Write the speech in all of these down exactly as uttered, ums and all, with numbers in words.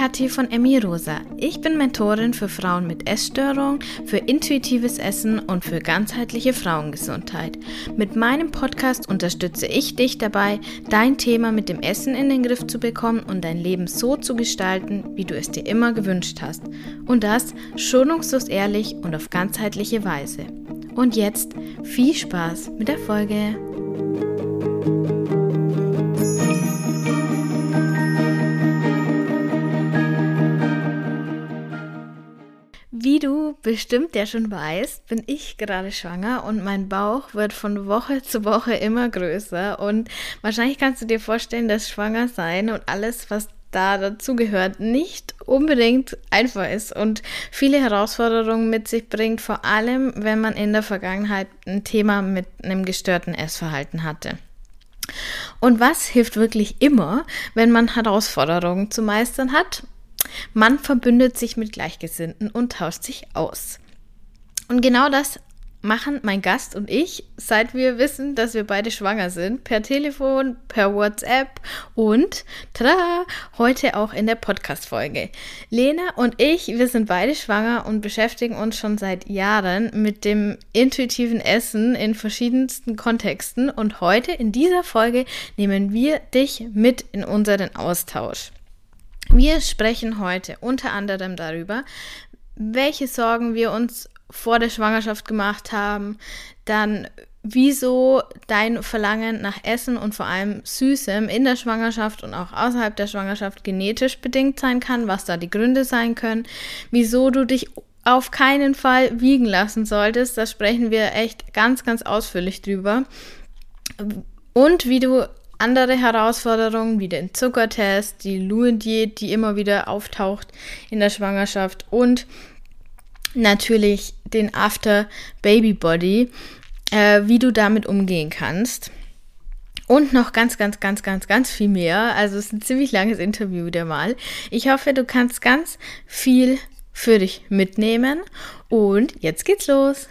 Kathi von Emmy Rosa. Ich bin Mentorin für Frauen mit Essstörung, für intuitives Essen und für ganzheitliche Frauengesundheit. Mit meinem Podcast unterstütze ich dich dabei, dein Thema mit dem Essen in den Griff zu bekommen und dein Leben so zu gestalten, wie du es dir immer gewünscht hast. Und das schonungslos ehrlich und auf ganzheitliche Weise. Und jetzt viel Spaß mit der Folge. Wie du bestimmt ja schon weißt, bin ich gerade schwanger und mein Bauch wird von Woche zu Woche immer größer und wahrscheinlich kannst du dir vorstellen, dass Schwangersein und alles, was da dazugehört, nicht unbedingt einfach ist und viele Herausforderungen mit sich bringt, vor allem wenn man in der Vergangenheit ein Thema mit einem gestörten Essverhalten hatte. Und was hilft wirklich immer, wenn man Herausforderungen zu meistern hat? Man verbündet sich mit Gleichgesinnten und tauscht sich aus. Und genau das machen mein Gast und ich, seit wir wissen, dass wir beide schwanger sind, per Telefon, per WhatsApp und tada, heute auch in der Podcast-Folge. Lena und ich, wir sind beide schwanger und beschäftigen uns schon seit Jahren mit dem intuitiven Essen in verschiedensten Kontexten und heute in dieser Folge nehmen wir dich mit in unseren Austausch. Wir sprechen heute unter anderem darüber, welche Sorgen wir uns vor der Schwangerschaft gemacht haben, dann wieso dein Verlangen nach Essen und vor allem Süßem in der Schwangerschaft und auch außerhalb der Schwangerschaft genetisch bedingt sein kann, was da die Gründe sein können, wieso du dich auf keinen Fall wiegen lassen solltest, da sprechen wir echt ganz, ganz ausführlich drüber und wie du andere Herausforderungen wie den Zuckertest, die Luren-Diät, die immer wieder auftaucht in der Schwangerschaft und natürlich den After-Baby-Body, äh, wie du damit umgehen kannst. Und noch ganz, ganz, ganz, ganz, ganz viel mehr. Also es ist ein ziemlich langes Interview wieder mal. Ich hoffe, du kannst ganz viel für dich mitnehmen. Und jetzt geht's los.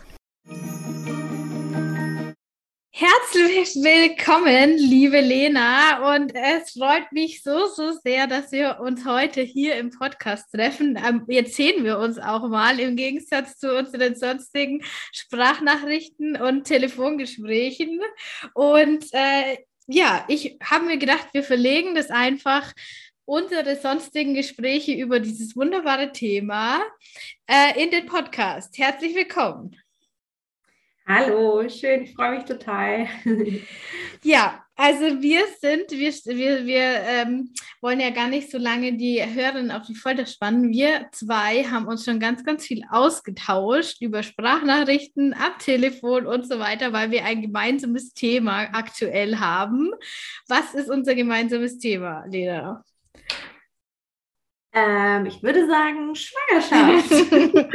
Herzlich willkommen, liebe Lena, und es freut mich so, so sehr, dass wir uns heute hier im Podcast treffen. Jetzt sehen wir uns auch mal im Gegensatz zu unseren sonstigen Sprachnachrichten und Telefongesprächen. Und äh, ja, ich habe mir gedacht, wir verlegen das einfach, unsere sonstigen Gespräche über dieses wunderbare Thema äh, in den Podcast. Herzlich willkommen. Hallo, schön, ich freue mich total. Ja, also wir sind, wir, wir, wir ähm, wollen ja gar nicht so lange die Hörerinnen auf die Folter spannen. Wir zwei haben uns schon ganz, ganz viel ausgetauscht über Sprachnachrichten, am Telefon und so weiter, weil wir ein gemeinsames Thema aktuell haben. Was ist unser gemeinsames Thema, Lena? Ähm, ich würde sagen Schwangerschaft.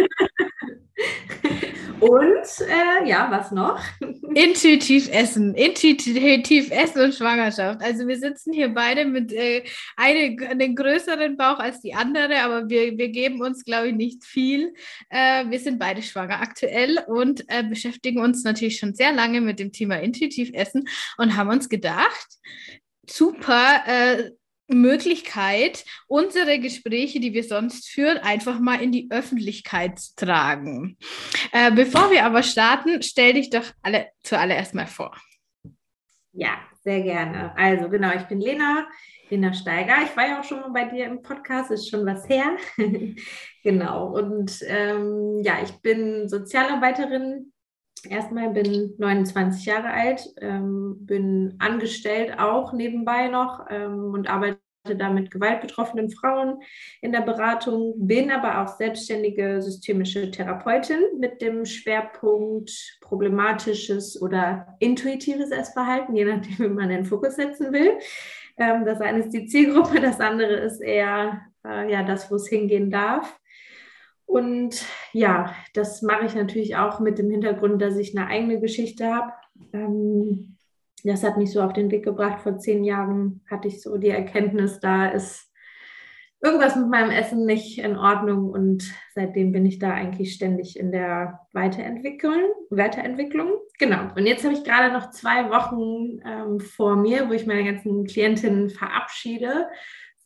Und, äh, ja, was noch? Intuitiv essen. Intuitiv essen und Schwangerschaft. Also wir sitzen hier beide mit äh, eine, einem größeren Bauch als die andere, aber wir, wir geben uns, glaube ich, nicht viel. Äh, wir sind beide schwanger aktuell und äh, beschäftigen uns natürlich schon sehr lange mit dem Thema intuitiv essen und haben uns gedacht, super, äh, Möglichkeit, unsere Gespräche, die wir sonst führen, einfach mal in die Öffentlichkeit zu tragen. Äh, bevor wir aber starten, stell dich doch alle zuallererst mal vor. Ja, sehr gerne. Also genau, ich bin Lena, Lena Steiger. Ich war ja auch schon mal bei dir im Podcast, ist schon was her. Genau, und ähm, ja, ich bin Sozialarbeiterin. Erstmal bin neunundzwanzig Jahre alt, ähm, bin angestellt auch nebenbei noch ähm, und arbeite da mit gewaltbetroffenen Frauen in der Beratung, bin aber auch selbstständige systemische Therapeutin mit dem Schwerpunkt problematisches oder intuitives Essverhalten, je nachdem, wie man den Fokus setzen will. Ähm, das eine ist die Zielgruppe, das andere ist eher äh, ja, das, wo es hingehen darf. Und ja, das mache ich natürlich auch mit dem Hintergrund, dass ich eine eigene Geschichte habe. Ähm, das hat mich so auf den Weg gebracht. Vor zehn Jahren hatte ich so die Erkenntnis, da ist irgendwas mit meinem Essen nicht in Ordnung. Und seitdem bin ich da eigentlich ständig in der Weiterentwicklung. Weiterentwicklung. Genau. Und jetzt habe ich gerade noch zwei Wochen ähm, vor mir, wo ich meine ganzen Klientinnen verabschiede. Es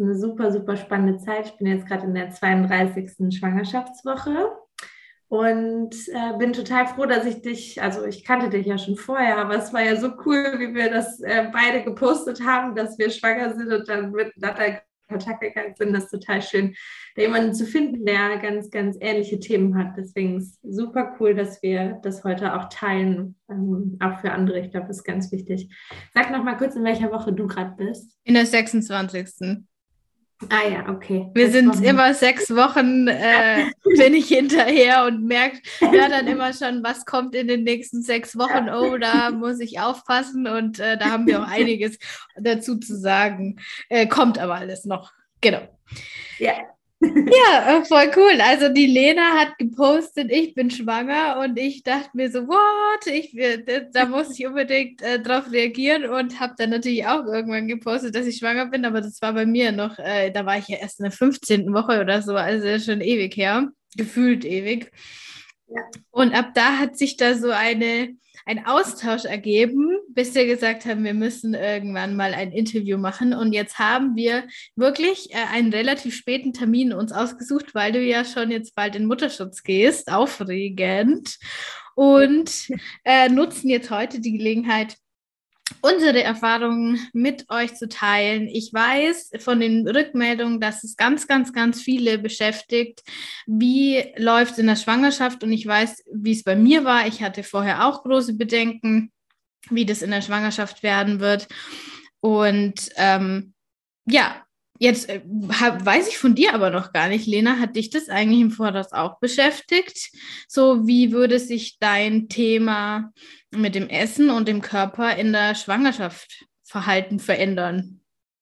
eine super, super spannende Zeit. Ich bin jetzt gerade in der zweiunddreißigsten Schwangerschaftswoche und äh, bin total froh, dass ich dich, also ich kannte dich ja schon vorher, aber es war ja so cool, wie wir das äh, beide gepostet haben, dass wir schwanger sind und dann miteinander in Kontakt gegangen sind. Das ist total schön, da jemanden zu finden, der ganz, ganz ähnliche Themen hat. Deswegen ist es super cool, dass wir das heute auch teilen, ähm, auch für andere. Ich glaube, das ist ganz wichtig. Sag noch mal kurz, in welcher Woche du gerade bist. In der sechsundzwanzigsten Ah ja, okay. Wir Sechs sind Wochen. immer sechs Wochen, äh, bin ich hinterher und merke, höre dann immer schon, was kommt in den nächsten sechs Wochen. Oh, da muss ich aufpassen und äh, da haben wir auch einiges dazu zu sagen. Äh, kommt aber alles noch. Genau. Ja. Ja, äh, voll cool. Also die Lena hat gepostet, ich bin schwanger und ich dachte mir so, what? Ich, äh, da muss ich unbedingt äh, drauf reagieren und habe dann natürlich auch irgendwann gepostet, dass ich schwanger bin, aber das war bei mir noch, äh, da war ich ja erst in der fünfzehnten Woche oder so, also schon ewig her, gefühlt ewig. Ja. Und ab da hat sich da so eine, ein Austausch ergeben, bis wir gesagt haben, wir müssen irgendwann mal ein Interview machen. Und jetzt haben wir wirklich äh, einen relativ späten Termin uns ausgesucht, weil du ja schon jetzt bald in Mutterschutz gehst, aufregend. Und äh, nutzen jetzt heute die Gelegenheit, unsere Erfahrungen mit euch zu teilen. Ich weiß von den Rückmeldungen, dass es ganz, ganz, ganz viele beschäftigt. Wie läuft es in der Schwangerschaft? Und ich weiß, wie es bei mir war. Ich hatte vorher auch große Bedenken, wie das in der Schwangerschaft werden wird. Und ähm, ja, jetzt äh, hab, weiß ich von dir aber noch gar nicht, Lena, hat dich das eigentlich im Voraus auch beschäftigt? So, wie würde sich dein Thema mit dem Essen und dem Körper in der Schwangerschaft Verhalten verändern?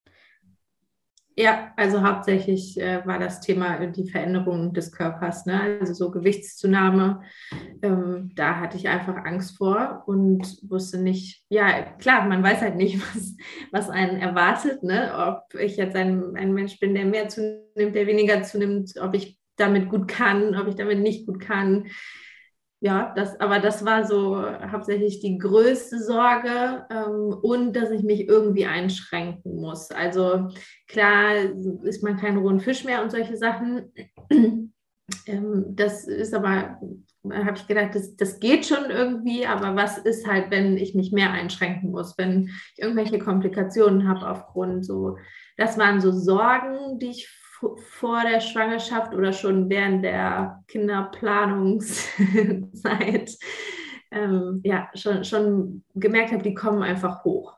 Ja, also hauptsächlich äh, war das Thema die Veränderung des Körpers, ne? Also so Gewichtszunahme. Ähm, da hatte ich einfach Angst vor und wusste nicht, ja, klar, man weiß halt nicht, was, was einen erwartet, ne? Ob ich jetzt ein, ein Mensch bin, der mehr zunimmt, der weniger zunimmt, ob ich damit gut kann, ob ich damit nicht gut kann. Ja, das, aber das war so hauptsächlich die größte Sorge ähm, und dass ich mich irgendwie einschränken muss. Also klar isst man keinen rohen Fisch mehr und solche Sachen. ähm, das ist aber, habe ich gedacht, das, das geht schon irgendwie, aber was ist halt, wenn ich mich mehr einschränken muss, wenn ich irgendwelche Komplikationen habe aufgrund so, das waren so Sorgen, die ich vor der Schwangerschaft oder schon während der Kinderplanungszeit ähm, ja, schon, schon gemerkt habe, die kommen einfach hoch.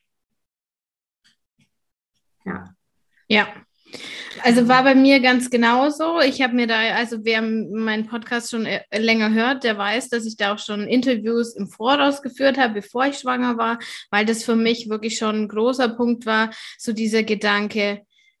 Ja. Ja. Also war bei mir ganz genauso. Ich habe mir da, also wer meinen Podcast schon länger hört, der weiß, dass ich da auch schon Interviews im Voraus geführt habe, bevor ich schwanger war, weil das für mich wirklich schon ein großer Punkt war, so dieser Gedanke,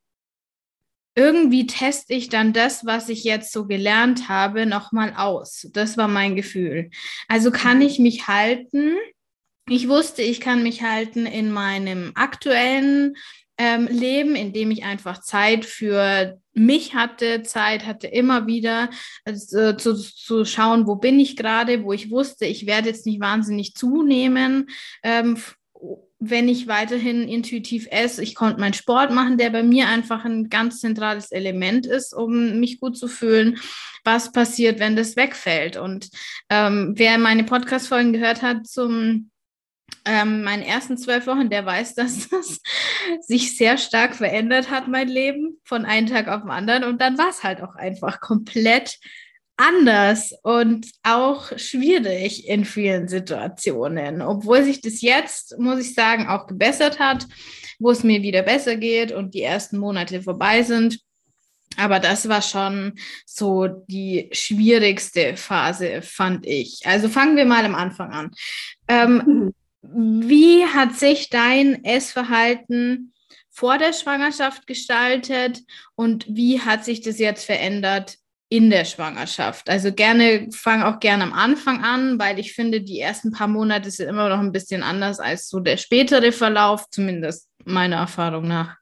irgendwie teste ich dann das, was ich jetzt so gelernt habe, nochmal aus. Das war mein Gefühl. Also kann ich mich halten? Ich wusste, ich kann mich halten in meinem aktuellen ähm, Leben, in dem ich einfach Zeit für mich hatte, Zeit hatte immer wieder also, zu, zu schauen, wo bin ich gerade, wo ich wusste, ich werde jetzt nicht wahnsinnig zunehmen, ähm, wenn ich weiterhin intuitiv esse. Ich konnte meinen Sport machen, der bei mir einfach ein ganz zentrales Element ist, um mich gut zu fühlen. Was passiert, wenn das wegfällt? Und ähm, wer meine Podcast-Folgen gehört hat zum ähm, meinen ersten zwölf Wochen, der weiß, dass das sich sehr stark verändert hat, mein Leben, von einem Tag auf den anderen. Und dann war es halt auch einfach komplett anders und auch schwierig in vielen Situationen, obwohl sich das jetzt, muss ich sagen, auch gebessert hat, wo es mir wieder besser geht und die ersten Monate vorbei sind. Aber das war schon so die schwierigste Phase, fand ich. Also fangen wir mal am Anfang an. Ähm, wie hat sich dein Essverhalten vor der Schwangerschaft gestaltet und wie hat sich das jetzt verändert in der Schwangerschaft? Also gerne, fang auch gerne am Anfang an, weil ich finde, die ersten paar Monate sind immer noch ein bisschen anders als so der spätere Verlauf, zumindest meiner Erfahrung nach.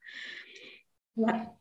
Ja.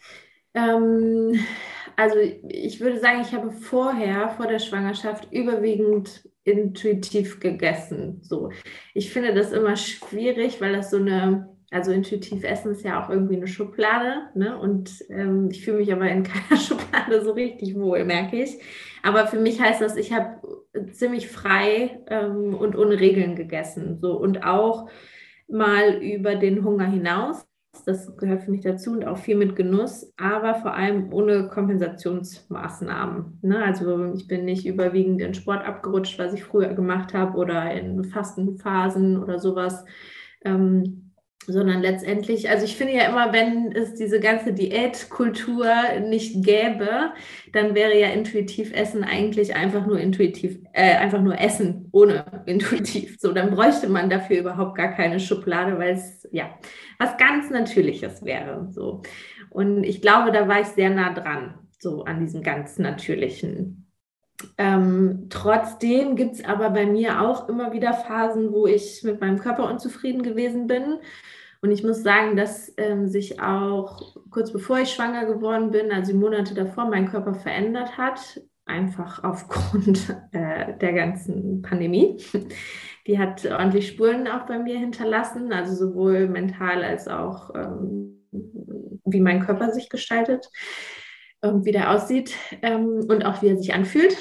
Ähm, also ich würde sagen, ich habe vorher, vor der Schwangerschaft, überwiegend intuitiv gegessen. So. Ich finde das immer schwierig, weil das so eine, Also intuitiv essen ist ja auch irgendwie eine Schublade, ne? Und ähm, ich fühle mich aber in keiner Schublade so richtig wohl, merke ich. Aber für mich heißt das, ich habe ziemlich frei ähm, und ohne Regeln gegessen. So. Und auch mal über den Hunger hinaus. Das gehört für mich dazu und auch viel mit Genuss, aber vor allem ohne Kompensationsmaßnahmen. Ne? Also ich bin nicht überwiegend in Sport abgerutscht, was ich früher gemacht habe, oder in Fastenphasen oder sowas. Ähm, sondern letztendlich, also ich finde ja immer, wenn es diese ganze Diätkultur nicht gäbe, dann wäre ja intuitiv Essen eigentlich einfach nur intuitiv, äh, einfach nur Essen ohne intuitiv. So, dann bräuchte man dafür überhaupt gar keine Schublade, weil es ja was ganz Natürliches wäre. So. Und ich glaube, da war ich sehr nah dran, so an diesem ganz Natürlichen. Ähm, trotzdem gibt es aber bei mir auch immer wieder Phasen, wo ich mit meinem Körper unzufrieden gewesen bin. Und ich muss sagen, dass ähm, sich auch kurz bevor ich schwanger geworden bin, also die Monate davor, mein Körper verändert hat, einfach aufgrund äh, der ganzen Pandemie. Die hat ordentlich Spuren auch bei mir hinterlassen, also sowohl mental als auch ähm, wie mein Körper sich gestaltet und wie der aussieht ähm, und auch wie er sich anfühlt.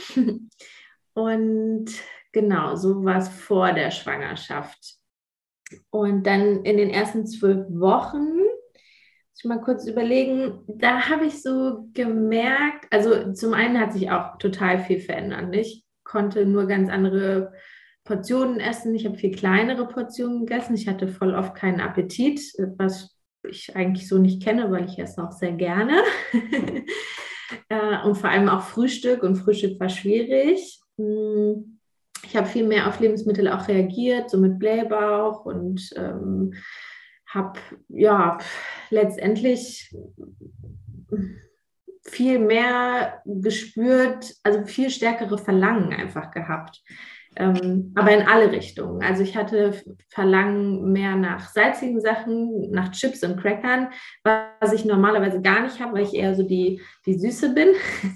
Und genau, so war es vor der Schwangerschaft. Und dann in den ersten zwölf Wochen, muss ich mal kurz überlegen, da habe ich so gemerkt, also zum einen hat sich auch total viel verändert. Ich konnte nur ganz andere Portionen essen. Ich habe viel kleinere Portionen gegessen. Ich hatte voll oft keinen Appetit, was ich eigentlich so nicht kenne, weil ich esse auch sehr gerne. Und vor allem auch Frühstück. Und Frühstück war schwierig. Ich habe viel mehr auf Lebensmittel auch reagiert, so mit Blähbauch, und ähm, habe ja letztendlich viel mehr gespürt, also viel stärkere Verlangen einfach gehabt. Ähm, aber in alle Richtungen. Also ich hatte Verlangen mehr nach salzigen Sachen, nach Chips und Crackern, was ich normalerweise gar nicht habe, weil ich eher so die, die Süße bin.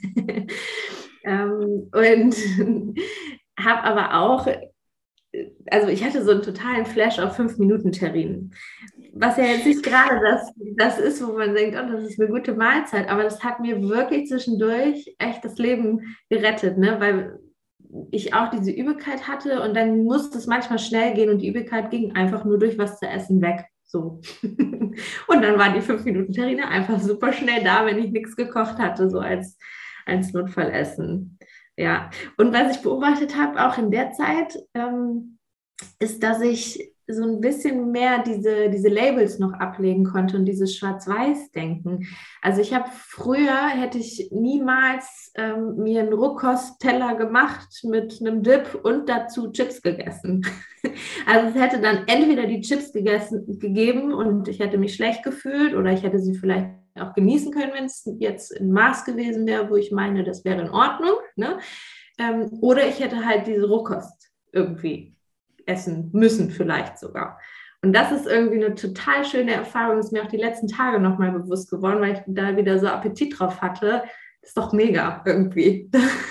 ähm, und habe aber auch, also ich hatte so einen totalen Flash auf fünf Minuten Terrinen. Was ja jetzt nicht gerade das, das ist, wo man denkt, oh, das ist eine gute Mahlzeit, aber das hat mir wirklich zwischendurch echt das Leben gerettet, ne? Weil ich auch diese Übelkeit hatte, und dann musste es manchmal schnell gehen und die Übelkeit ging einfach nur durch was zu essen weg. So. Und dann waren die fünf Minuten Terrine einfach super schnell da, wenn ich nichts gekocht hatte, so als, als Notfallessen. Ja, und was ich beobachtet habe, auch in der Zeit, ähm, ist, dass ich so ein bisschen mehr diese, diese Labels noch ablegen konnte und dieses Schwarz-Weiß-Denken. Also ich habe früher, hätte ich niemals ähm, mir einen Rohkostteller gemacht mit einem Dip und dazu Chips gegessen. Also es hätte dann entweder die Chips gegessen, gegeben und ich hätte mich schlecht gefühlt, oder ich hätte sie vielleicht auch genießen können, wenn es jetzt in Maß gewesen wäre, wo ich meine, das wäre in Ordnung. Ne? Ähm, oder ich hätte halt diese Rohkost irgendwie essen müssen, vielleicht sogar. Und das ist irgendwie eine total schöne Erfahrung, ist mir auch die letzten Tage nochmal bewusst geworden, weil ich da wieder so Appetit drauf hatte. Das ist doch mega irgendwie.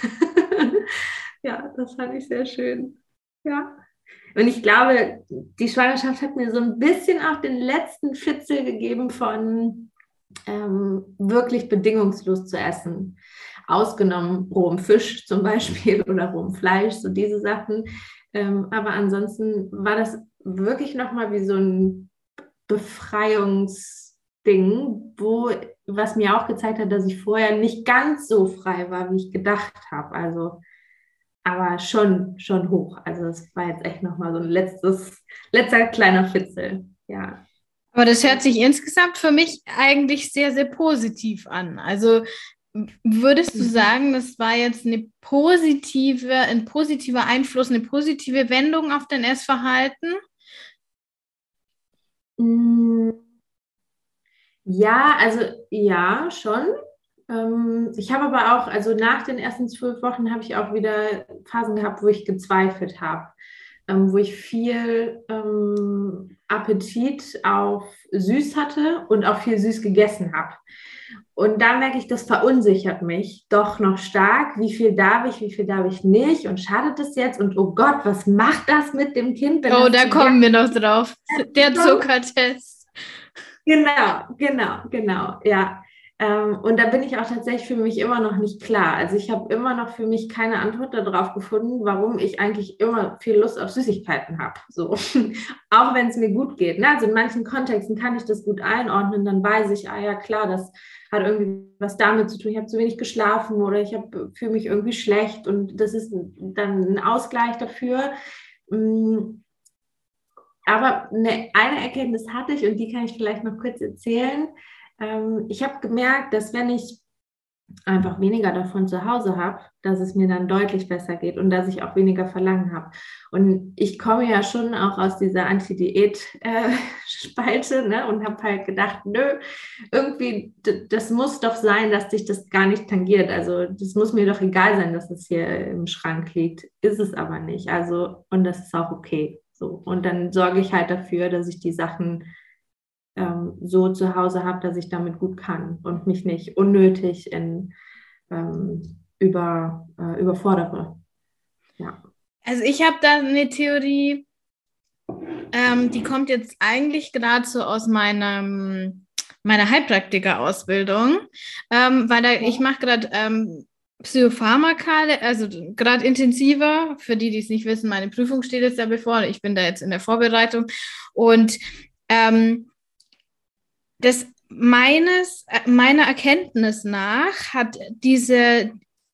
Ja, das fand ich sehr schön. Ja. Und ich glaube, die Schwangerschaft hat mir so ein bisschen auch den letzten Fitzel gegeben von ähm, wirklich bedingungslos zu essen. Ausgenommen rohem Fisch zum Beispiel oder rohem Fleisch, so diese Sachen. Ähm, aber ansonsten war das wirklich nochmal wie so ein Befreiungsding, wo, was mir auch gezeigt hat, dass ich vorher nicht ganz so frei war, wie ich gedacht habe. Also, aber schon, schon hoch. Also es war jetzt echt nochmal so ein letztes, letzter kleiner Fitzel. Ja. Aber das hört sich insgesamt für mich eigentlich sehr, sehr positiv an. Also würdest du sagen, das war jetzt eine positive, ein positiver Einfluss, eine positive Wendung auf dein Essverhalten? Ja, also ja, schon. Ähm, ich habe aber auch, also nach den ersten zwölf Wochen habe ich auch wieder Phasen gehabt, wo ich gezweifelt habe, ähm, wo ich viel ähm, Appetit auf süß hatte und auch viel süß gegessen habe. Und da merke ich, das verunsichert mich doch noch stark. Wie viel darf ich, wie viel darf ich nicht? Und schadet das jetzt? Und oh Gott, was macht das mit dem Kind? Wenn Oh, das da kommen wir noch drauf. Der Zuckertest. Genau, genau, genau, ja. Ähm, und da bin ich auch tatsächlich für mich immer noch nicht klar. Also ich habe immer noch für mich keine Antwort darauf gefunden, warum ich eigentlich immer viel Lust auf Süßigkeiten habe. So, auch wenn es mir gut geht. Ne? Also in manchen Kontexten kann ich das gut einordnen, dann weiß ich, ah ja klar, das hat irgendwie was damit zu tun. Ich habe zu wenig geschlafen oder ich fühle mich irgendwie schlecht und das ist dann ein Ausgleich dafür. Mm, aber eine, eine Erkenntnis hatte ich und die kann ich vielleicht noch kurz erzählen. Ähm, ich habe gemerkt, dass wenn ich einfach weniger davon zu Hause habe, dass es mir dann deutlich besser geht und dass ich auch weniger Verlangen habe. Und ich komme ja schon auch aus dieser Anti-Diät-Spalte, äh, ne, und habe halt gedacht, nö, irgendwie, d- das muss doch sein, dass dich das gar nicht tangiert. Also das muss mir doch egal sein, dass es hier im Schrank liegt. Ist es aber nicht. Also, und das ist auch okay. So. Und dann sorge ich halt dafür, dass ich die Sachen ähm, so zu Hause habe, dass ich damit gut kann und mich nicht unnötig in, ähm, über, äh, überfordere. Ja. Also ich habe da eine Theorie, ähm, die kommt jetzt eigentlich gerade so aus meinem, meiner Heilpraktiker-Ausbildung, ähm, weil da, ich mache gerade ähm, Psychopharmaka, also gerade intensiver. Für die, die es nicht wissen, meine Prüfung steht jetzt ja bevor. Ich bin da jetzt in der Vorbereitung. Und ähm, das meines, meiner Erkenntnis nach hat diese,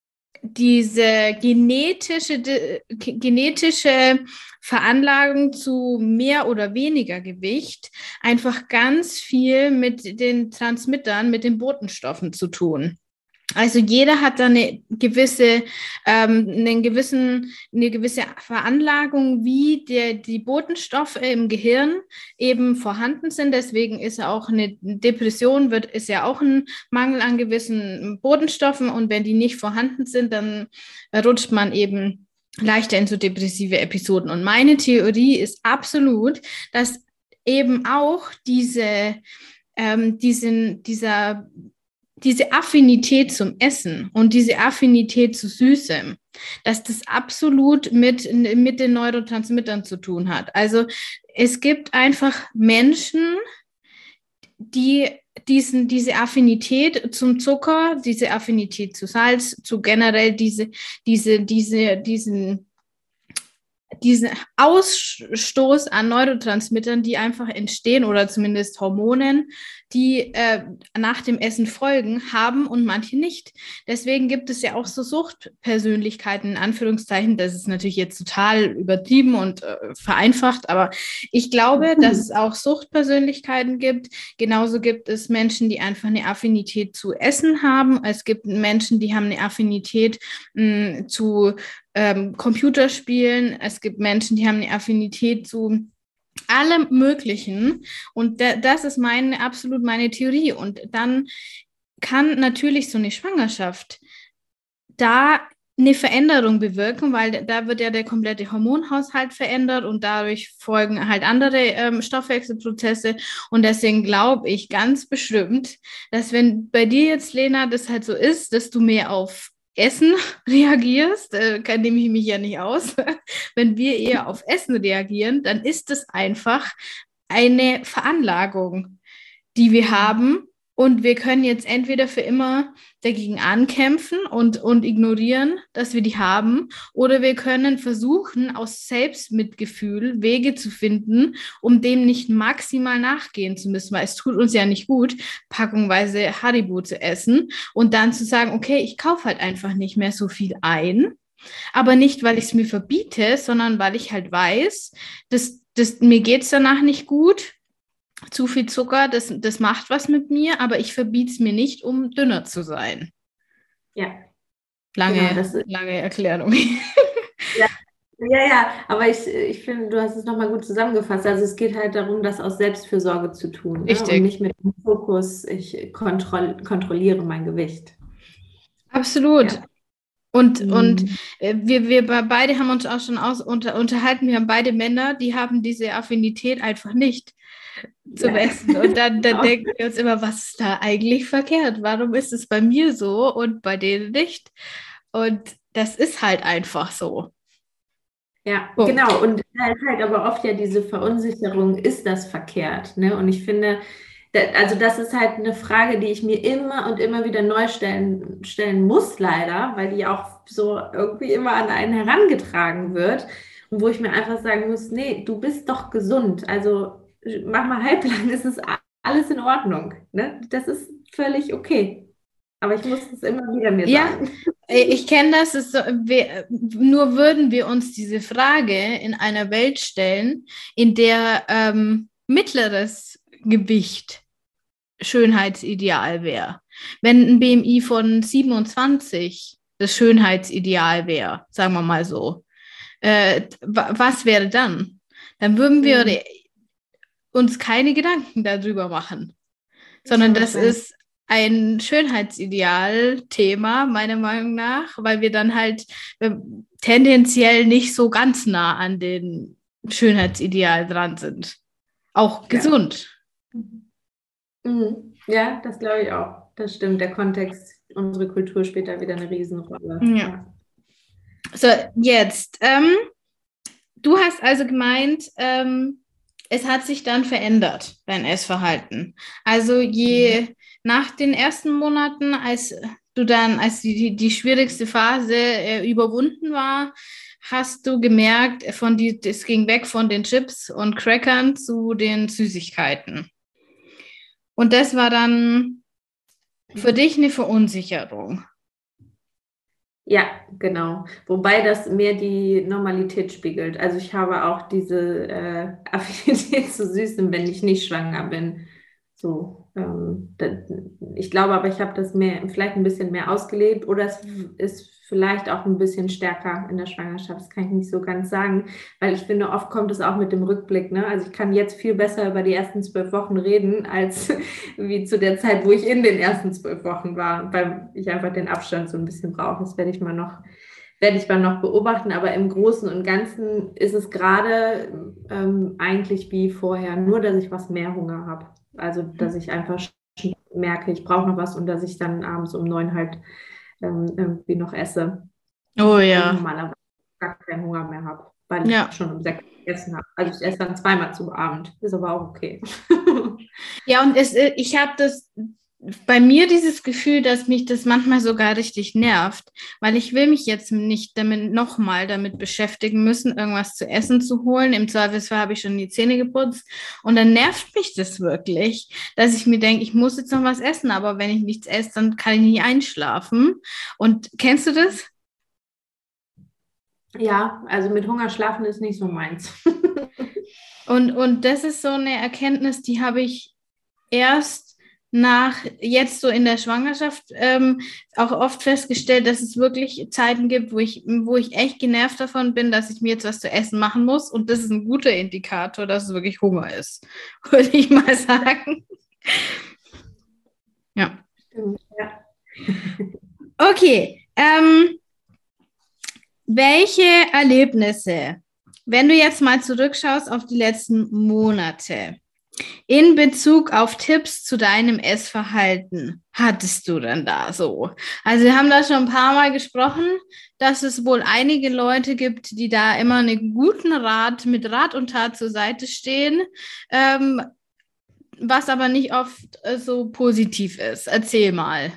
diese genetische, genetische Veranlagung zu mehr oder weniger Gewicht einfach ganz viel mit den Transmittern, mit den Botenstoffen zu tun. Also jeder hat da eine gewisse, ähm, einen gewissen, eine gewisse Veranlagung, wie der, die Botenstoffe im Gehirn eben vorhanden sind. Deswegen ist auch eine Depression, wird, ist ja auch ein Mangel an gewissen Botenstoffen. Und wenn die nicht vorhanden sind, dann rutscht man eben leichter in so depressive Episoden. Und meine Theorie ist absolut, dass eben auch diese, ähm, diesen, dieser diese Affinität zum Essen und diese Affinität zu Süßem, dass das absolut mit, mit den Neurotransmittern zu tun hat. Also es gibt einfach Menschen, die diesen, diese Affinität zum Zucker, diese Affinität zu Salz, zu generell diese, diese, diese, diesen diesen Ausstoß an Neurotransmittern, die einfach entstehen oder zumindest Hormonen, die äh, nach dem Essen folgen, haben und manche nicht. Deswegen gibt es ja auch so Suchtpersönlichkeiten, in Anführungszeichen. Das ist natürlich jetzt total übertrieben und äh, vereinfacht, aber ich glaube, dass es auch Suchtpersönlichkeiten gibt. Genauso gibt es Menschen, die einfach eine Affinität zu Essen haben. Es gibt Menschen, die haben eine Affinität mh, zu ähm, Computerspielen. Es gibt Menschen, die haben eine Affinität zu allem Möglichen. Und da, das ist meine, absolut meine Theorie. Und dann kann natürlich so eine Schwangerschaft da eine Veränderung bewirken, weil da wird ja der komplette Hormonhaushalt verändert und dadurch folgen halt andere ähm, Stoffwechselprozesse. Und deswegen glaube ich ganz bestimmt, dass wenn bei dir jetzt, Lena, das halt so ist, dass du mehr auf Essen reagierst, äh, kann, nehme ich mich ja nicht aus. Wenn wir eher auf Essen reagieren, dann ist es einfach eine Veranlagung, die wir haben. Und wir können jetzt entweder für immer dagegen ankämpfen und, und ignorieren, dass wir die haben, oder wir können versuchen, aus Selbstmitgefühl Wege zu finden, um dem nicht maximal nachgehen zu müssen, weil es tut uns ja nicht gut, packungsweise Haribo zu essen und dann zu sagen, okay, ich kaufe halt einfach nicht mehr so viel ein, aber nicht, weil ich es mir verbiete, sondern weil ich halt weiß, dass, dass mir geht es danach nicht gut. Zu viel Zucker, das, das macht was mit mir, aber ich verbiete es mir nicht, um dünner zu sein. Ja, Lange, genau, das ist, lange Erklärung. ja, ja, ja, aber ich, ich finde, du hast es nochmal gut zusammengefasst. Also es geht halt darum, das aus Selbstfürsorge zu tun, ne? Und Richtig. nicht mit dem Fokus, ich kontroll kontrolliere mein Gewicht. Absolut. Ja. Und, und Mhm. äh, wir, wir beide haben uns auch schon aus, unter, unterhalten, wir haben beide Männer, die haben diese Affinität einfach nicht zum Ja. Essen. Und dann, dann Genau. denken wir uns immer, was ist da eigentlich verkehrt? Warum ist es bei mir so und bei denen nicht? Und das ist halt einfach so. Ja, Punkt. genau. Und halt, halt aber oft ja diese Verunsicherung, ist das verkehrt? Ne? Und ich finde, Also das ist halt eine Frage, die ich mir immer und immer wieder neu stellen, stellen muss, leider, weil die auch so irgendwie immer an einen herangetragen wird und wo ich mir einfach sagen muss, nee, du bist doch gesund, also mach mal halblang, ist es alles in Ordnung, ne? Das ist völlig okay, aber ich muss es immer wieder mir Ja, sagen. ich kenne das, ist so, wir, nur würden wir uns diese Frage in einer Welt stellen, in der ähm, mittleres Gewicht Schönheitsideal wäre. Wenn ein B M I von siebenundzwanzig das Schönheitsideal wäre, sagen wir mal so, äh, was wäre dann? Dann würden wir mhm. uns keine Gedanken darüber machen, sondern das ist ein Schönheitsideal-Thema, meiner Meinung nach, weil wir dann halt äh, tendenziell nicht so ganz nah an den Schönheitsideal dran sind. Auch gesund. Ja, mhm. Ja, das glaube ich auch. Das stimmt. Der Kontext, unsere Kultur spielt da wieder eine Riesenrolle. Ja. Ja. So, jetzt. Ähm, du hast also gemeint, ähm, es hat sich dann verändert, dein Essverhalten. Also je... Mhm. Nach den ersten Monaten, als du dann, als die, die schwierigste Phase äh, überwunden war, hast du gemerkt, von die, es ging weg von den Chips und Crackern zu den Süßigkeiten. Und das war dann für dich eine Verunsicherung. Ja, genau. Wobei das mehr die Normalität spiegelt. Also ich habe auch diese äh, Affinität zu Süßem, wenn ich nicht schwanger bin. So, ähm, das, ich glaube aber, ich habe das mehr, vielleicht ein bisschen mehr ausgelebt oder es ist vielleicht auch ein bisschen stärker in der Schwangerschaft. Das kann ich nicht so ganz sagen, weil ich finde, oft kommt es auch mit dem Rückblick. Ne? Also ich kann jetzt viel besser über die ersten zwölf Wochen reden, als wie zu der Zeit, wo ich in den ersten zwölf Wochen war, weil ich einfach den Abstand so ein bisschen brauche. Das werde ich mal noch werde ich mal noch beobachten, aber im Großen und Ganzen ist es gerade ähm, eigentlich wie vorher, nur dass ich was mehr Hunger habe. Also, dass ich einfach merke, ich brauche noch was und dass ich dann abends um neun halt ähm, irgendwie noch esse. Oh ja. Und normalerweise gar keinen Hunger mehr habe, weil ja. ich schon um sechs gegessen habe. Also ich esse dann zweimal zum Abend. Ist aber auch okay. Ja, und es, ich habe das bei mir dieses Gefühl, dass mich das manchmal sogar richtig nervt, weil ich will mich jetzt nicht damit nochmal damit beschäftigen müssen, irgendwas zu essen zu holen. Im Zweifelsfall habe ich schon die Zähne geputzt und dann nervt mich das wirklich, dass ich mir denke, ich muss jetzt noch was essen, aber wenn ich nichts esse, dann kann ich nicht einschlafen. Und kennst du das? Ja, also mit Hunger schlafen ist nicht so meins. und, und das ist so eine Erkenntnis, die habe ich erst nach jetzt so in der Schwangerschaft ähm, auch oft festgestellt, dass es wirklich Zeiten gibt, wo ich, wo ich echt genervt davon bin, dass ich mir jetzt was zu essen machen muss. Und das ist ein guter Indikator, dass es wirklich Hunger ist, würde ich mal sagen. Ja. Ja. Okay. Ähm, welche Erlebnisse, wenn du jetzt mal zurückschaust auf die letzten Monate, in Bezug auf Tipps zu deinem Essverhalten hattest du denn da so? Also wir haben da schon ein paar Mal gesprochen, dass es wohl einige Leute gibt, die da immer einen guten Rat mit Rat und Tat zur Seite stehen, ähm, was aber nicht oft äh, so positiv ist. Erzähl mal.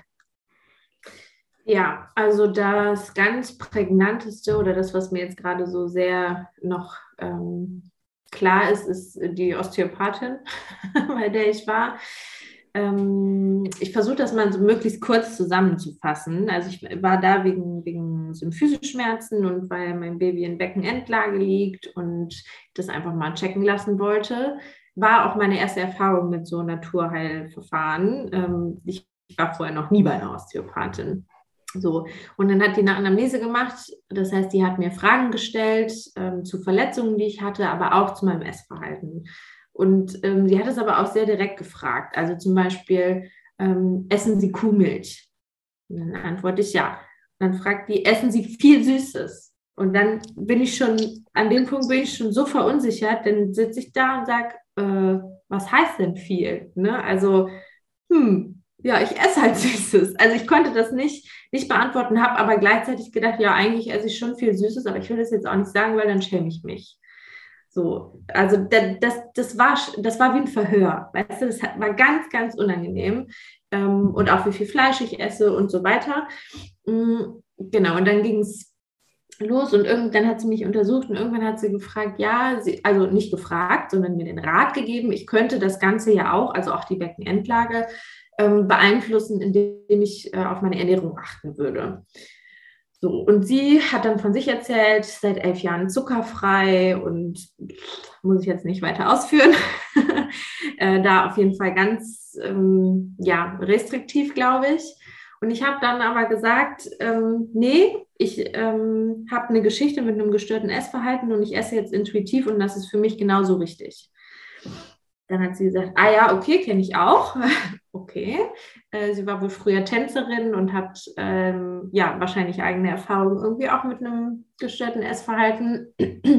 Ja, also das ganz prägnanteste oder das, was mir jetzt gerade so sehr noch ähm, klar ist, ist die Osteopathin, bei der ich war. Ähm, ich versuche das mal so möglichst kurz zusammenzufassen. Also ich war da wegen, wegen Symphyseschmerzen und weil mein Baby in Beckenendlage liegt und das einfach mal checken lassen wollte. War auch meine erste Erfahrung mit so Naturheilverfahren. Ähm, ich war vorher noch nie bei einer Osteopathin. So, und dann hat die eine Anamnese gemacht, das heißt, die hat mir Fragen gestellt ähm, zu Verletzungen, die ich hatte, aber auch zu meinem Essverhalten. Und ähm, sie hat es aber auch sehr direkt gefragt, also zum Beispiel, ähm, essen Sie Kuhmilch? Und dann antworte ich ja. Und dann fragt die, essen Sie viel Süßes? Und dann bin ich schon, an dem Punkt bin ich schon so verunsichert, dann sitze ich da und sage, äh, was heißt denn viel? Ne? Also, hm, ja, ich esse halt Süßes. Also ich konnte das nicht, nicht beantworten, habe aber gleichzeitig gedacht, ja, eigentlich esse ich schon viel Süßes, aber ich will das jetzt auch nicht sagen, weil dann schäme ich mich. So, also da- das, das war, das war wie ein Verhör, weißt du, das hat, war ganz, ganz unangenehm. Ähm, und auch wie viel Fleisch ich esse und so weiter. Mm, Genau, und dann ging es los und irgendwann hat sie mich untersucht und irgendwann hat sie gefragt, ja, sie, also nicht gefragt, sondern mir den Rat gegeben, ich könnte das Ganze ja auch, also auch die Beckenendlage, ähm, beeinflussen, indem ich äh, auf meine Ernährung achten würde. So, und sie hat dann von sich erzählt, seit elf Jahren zuckerfrei und muss ich jetzt nicht weiter ausführen. äh, da auf jeden Fall ganz ähm, ja, restriktiv, glaube ich. Und ich habe dann aber gesagt, ähm, nee, ich ähm, habe eine Geschichte mit einem gestörten Essverhalten und ich esse jetzt intuitiv und das ist für mich genauso richtig. Dann hat sie gesagt, ah ja, okay, kenne ich auch. Okay. Äh, sie war wohl früher Tänzerin und hat ähm, ja wahrscheinlich eigene Erfahrungen irgendwie auch mit einem gestörten Essverhalten.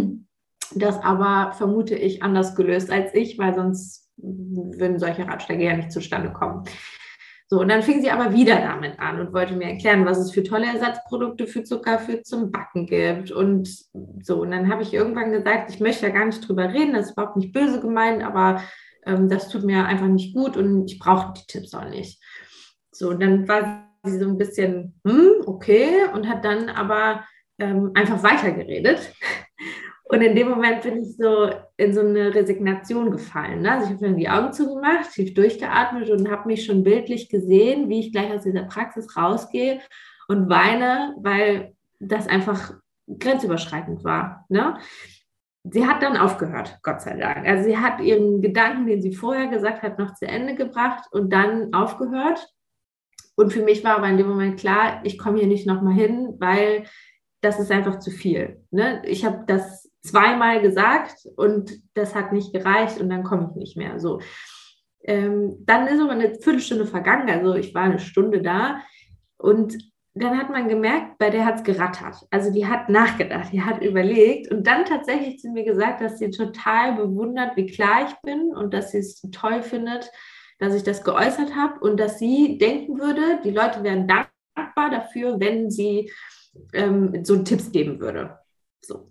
Das aber, vermute ich, anders gelöst als ich, weil sonst würden solche Ratschläge ja nicht zustande kommen. So, und dann fing sie aber wieder damit an und wollte mir erklären, was es für tolle Ersatzprodukte für Zucker für zum Backen gibt. Und so, und dann habe ich irgendwann gesagt, ich möchte ja gar nicht drüber reden, das ist überhaupt nicht böse gemeint, aber ähm, das tut mir einfach nicht gut und ich brauche die Tipps auch nicht. So, und dann war sie so ein bisschen, hm, okay, und hat dann aber ähm, einfach weitergeredet. Und in dem Moment bin ich so in so eine Resignation gefallen. Ne? Also ich habe dann die Augen zugemacht, tief durchgeatmet und habe mich schon bildlich gesehen, wie ich gleich aus dieser Praxis rausgehe und weine, weil das einfach grenzüberschreitend war. Ne? Sie hat dann aufgehört, Gott sei Dank. Also sie hat ihren Gedanken, den sie vorher gesagt hat, noch zu Ende gebracht und dann aufgehört. Und für mich war aber in dem Moment klar, ich komme hier nicht nochmal hin, weil das ist einfach zu viel. Ne? Ich habe das zweimal gesagt und das hat nicht gereicht und dann komme ich nicht mehr. So. Ähm, dann ist aber eine Viertelstunde vergangen, also ich war eine Stunde da und dann hat man gemerkt, bei der hat es gerattert. Also die hat nachgedacht, die hat überlegt und dann tatsächlich zu mir gesagt, dass sie total bewundert, wie klar ich bin und dass sie es toll findet, dass ich das geäußert habe und dass sie denken würde, die Leute wären dankbar dafür, wenn sie ähm, so Tipps geben würde. So.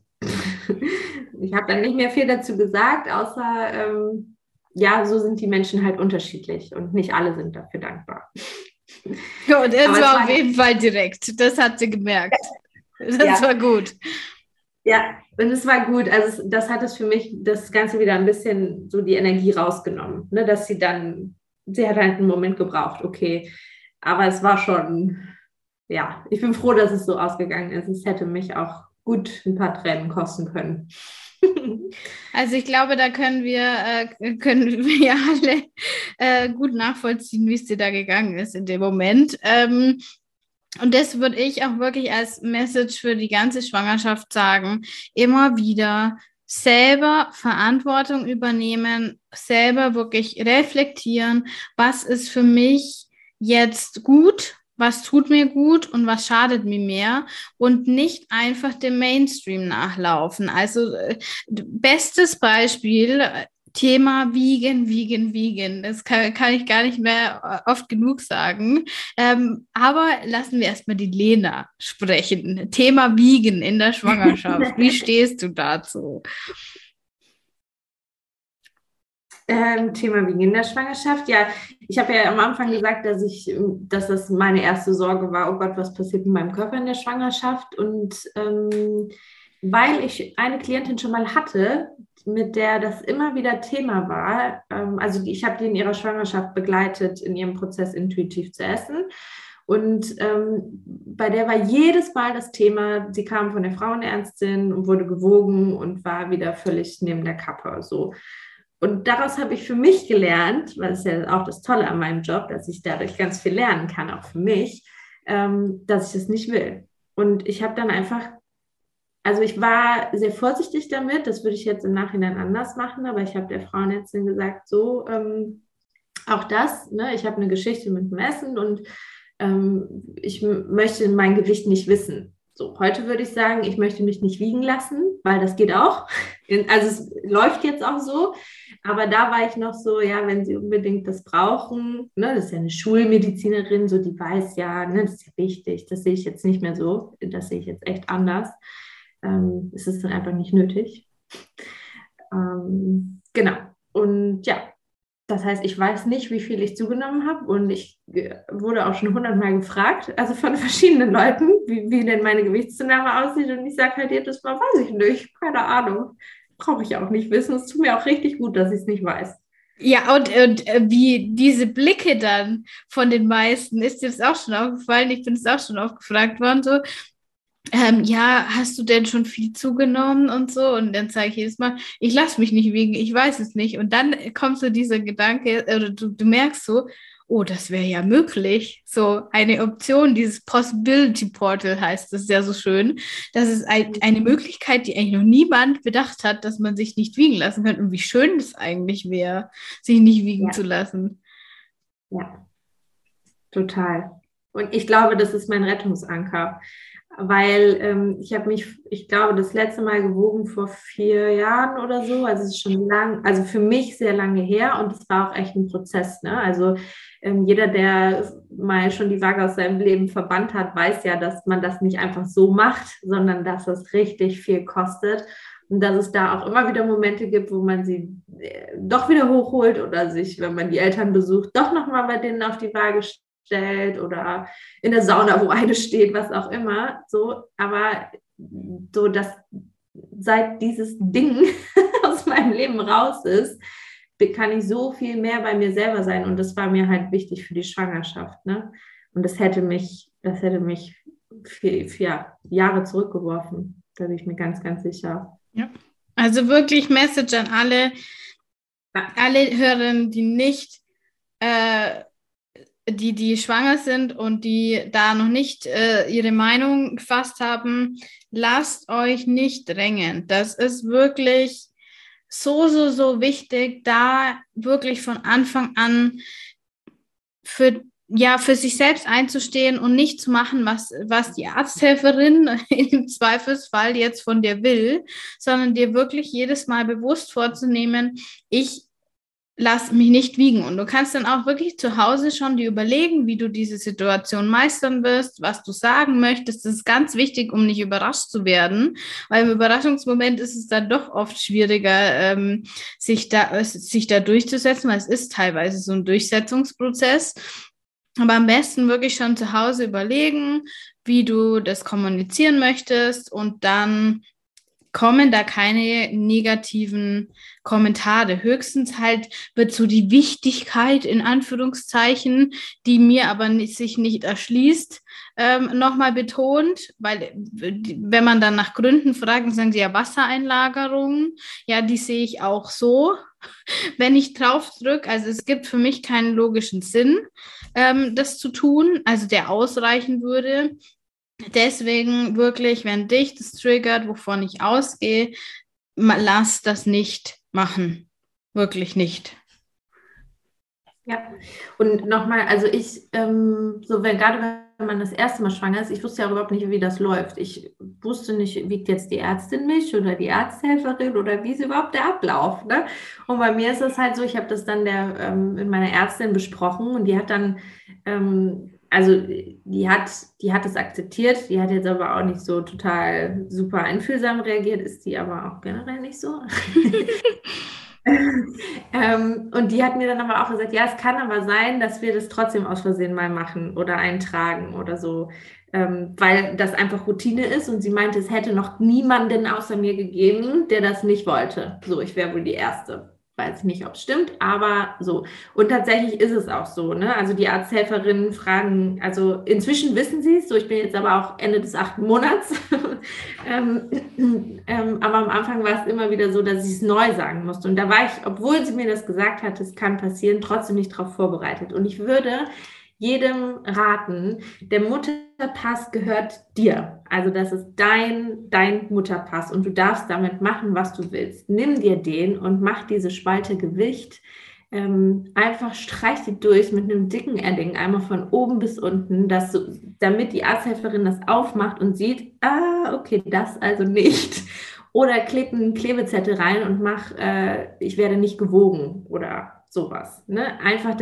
Ich habe dann nicht mehr viel dazu gesagt, außer ähm, ja, so sind die Menschen halt unterschiedlich und nicht alle sind dafür dankbar. Ja, das Aber war auf jeden Fall direkt. Das hat sie gemerkt. Das ja. war gut. Ja, und es war gut. Also es, das hat es für mich das Ganze wieder ein bisschen so die Energie rausgenommen, ne? Dass sie dann, sie hat halt einen Moment gebraucht, okay. Aber es war schon, ja, ich bin froh, dass es so ausgegangen ist. Es hätte mich auch gut ein paar Tränen kosten können. Also ich glaube, da können wir, äh, können wir alle äh, gut nachvollziehen, wie es dir da gegangen ist in dem Moment. Ähm, und das würde ich auch wirklich als Message für die ganze Schwangerschaft sagen. Immer wieder selber Verantwortung übernehmen, selber wirklich reflektieren, was ist für mich jetzt gut, was tut mir gut und was schadet mir mehr und nicht einfach dem Mainstream nachlaufen. Also äh, bestes Beispiel, Thema Vegan, Vegan, Vegan. Das kann, kann ich gar nicht mehr oft genug sagen. Ähm, aber lassen wir erstmal die Lena sprechen. Thema Vegan in der Schwangerschaft. Wie stehst du dazu? Ähm, Thema Vegan in der Schwangerschaft. Ja, ich habe ja am Anfang gesagt, dass ich, dass das meine erste Sorge war, oh Gott, was passiert mit meinem Körper in der Schwangerschaft? Und ähm, weil ich eine Klientin schon mal hatte, mit der das immer wieder Thema war, ähm, also ich habe die in ihrer Schwangerschaft begleitet, in ihrem Prozess intuitiv zu essen. Und ähm, bei der war jedes Mal das Thema, sie kam von der Frauenärztin und wurde gewogen und war wieder völlig neben der Kappe. So. Und daraus habe ich für mich gelernt, weil es ja auch das Tolle an meinem Job, dass ich dadurch ganz viel lernen kann, auch für mich, ähm, dass ich das nicht will. Und ich habe dann einfach, also ich war sehr vorsichtig damit, das würde ich jetzt im Nachhinein anders machen, aber ich habe der Frauenärztin gesagt, so, ähm, auch das, ne, ich habe eine Geschichte mit dem Essen und ähm, ich m- möchte mein Gewicht nicht wissen. So, heute würde ich sagen, ich möchte mich nicht wiegen lassen, weil das geht auch. Also es läuft jetzt auch so. Aber da war ich noch so, ja, wenn Sie unbedingt das brauchen, ne, das ist ja eine Schulmedizinerin, so die weiß ja, ne, das ist ja wichtig. Das sehe ich jetzt nicht mehr so. Das sehe ich jetzt echt anders. Ähm, es ist dann einfach nicht nötig. Ähm, genau. Und ja, das heißt, ich weiß nicht, wie viel ich zugenommen habe und ich äh, wurde auch schon hundertmal gefragt, also von verschiedenen Leuten, wie, wie denn meine Gewichtszunahme aussieht und ich sage halt jedes Mal, weiß ich nicht, keine Ahnung. Brauche ich auch nicht wissen. Es tut mir auch richtig gut, dass ich es nicht weiß. Ja, und, und äh, wie diese Blicke dann von den meisten, ist dir das auch schon aufgefallen? Ich bin es auch schon oft gefragt worden, so, ähm, ja, hast du denn schon viel zugenommen und so? Und dann sage ich jedes Mal, ich lasse mich nicht wiegen, ich weiß es nicht. Und dann kommt so dieser Gedanke, oder du, du merkst so, oh, das wäre ja möglich. So eine Option, dieses Possibility Portal heißt es ja so schön. Das ist ein, eine Möglichkeit, die eigentlich noch niemand bedacht hat, dass man sich nicht wiegen lassen kann. Und wie schön das eigentlich wäre, sich nicht wiegen Ja, zu lassen. ja, total. Und ich glaube, das ist mein Rettungsanker, weil ähm, ich habe mich, ich glaube, das letzte Mal gewogen vor vier Jahren oder so. Also es ist schon lang, also für mich sehr lange her und es war auch echt ein Prozess. Ne? Also ähm, jeder, der mal schon die Waage aus seinem Leben verbannt hat, weiß ja, dass man das nicht einfach so macht, sondern dass es richtig viel kostet. Und dass es da auch immer wieder Momente gibt, wo man sie äh, doch wieder hochholt oder sich, wenn man die Eltern besucht, doch nochmal bei denen auf die Waage stellt oder in der Sauna, wo eine steht, was auch immer. So, aber so, dass seit dieses Ding aus meinem Leben raus ist, kann ich so viel mehr bei mir selber sein. Und das war mir halt wichtig für die Schwangerschaft. Ne? Und das hätte mich, das hätte mich vier, vier Jahre zurückgeworfen. Da bin ich mir ganz, ganz sicher. Ja. Also wirklich Message an alle, alle Hörerinnen, die nicht äh, die, die schwanger sind und die da noch nicht äh, ihre Meinung gefasst haben, lasst euch nicht drängen. Das ist wirklich so, so, so wichtig, da wirklich von Anfang an für, ja, für sich selbst einzustehen und nicht zu machen, was, was die Arzthelferin im Zweifelsfall jetzt von dir will, sondern dir wirklich jedes Mal bewusst vorzunehmen, ich lass mich nicht wiegen. Und du kannst dann auch wirklich zu Hause schon dir überlegen, wie du diese Situation meistern wirst, was du sagen möchtest. Das ist ganz wichtig, um nicht überrascht zu werden, weil im Überraschungsmoment ist es dann doch oft schwieriger, ähm, sich da, sich da durchzusetzen, weil es ist teilweise so ein Durchsetzungsprozess. Aber am besten wirklich schon zu Hause überlegen, wie du das kommunizieren möchtest und dann kommen da keine negativen Kommentare. Höchstens halt wird so die Wichtigkeit in Anführungszeichen, die mir aber nicht, sich nicht erschließt, ähm, nochmal betont, weil wenn man dann nach Gründen fragt, dann sagen sie ja Wassereinlagerung. Ja, die sehe ich auch so, wenn ich drauf drücke. Also es gibt für mich keinen logischen Sinn, ähm, das zu tun, also der ausreichen würde. Deswegen wirklich, wenn dich das triggert, wovon ich ausgehe, lass das nicht machen. Wirklich nicht. Ja, und nochmal, also ich, ähm, so wenn gerade wenn man das erste Mal schwanger ist, ich wusste ja überhaupt nicht, wie das läuft. Ich wusste nicht, wiegt jetzt die Ärztin mich oder die Arzthelferin oder wie ist überhaupt der Ablauf, ne? Und bei mir ist es halt so, ich habe das dann der, ähm, mit meiner Ärztin besprochen und die hat dann, ähm, also die hat, die hat es akzeptiert, die hat jetzt aber auch nicht so total super einfühlsam reagiert, ist die aber auch generell nicht so. ähm, und die hat mir dann aber auch gesagt, ja, es kann aber sein, dass wir das trotzdem aus Versehen mal machen oder eintragen oder so, ähm, weil das einfach Routine ist und sie meinte, es hätte noch niemanden außer mir gegeben, der das nicht wollte. So, ich wäre wohl die Erste. Weiß nicht, ob es stimmt, aber so. Und tatsächlich ist es auch so, ne? Also die Arzthelferinnen fragen, also inzwischen wissen sie es, so ich bin jetzt aber auch Ende des achten Monats. ähm, ähm, aber am Anfang war es immer wieder so, dass ich es neu sagen musste. Und da war ich, obwohl sie mir das gesagt hat, es kann passieren, trotzdem nicht darauf vorbereitet. Und ich würde jedem raten, der Mutterpass gehört dir. Also das ist dein, dein Mutterpass und du darfst damit machen, was du willst. Nimm dir den und mach diese Spalte Gewicht. Ähm, einfach streich die durch mit einem dicken Edding, einmal von oben bis unten, dass du, damit die Arzthelferin das aufmacht und sieht, ah, okay, das also nicht. Oder kleb einen Klebezettel rein und mach, äh, ich werde nicht gewogen oder sowas. Ne? Einfach, dass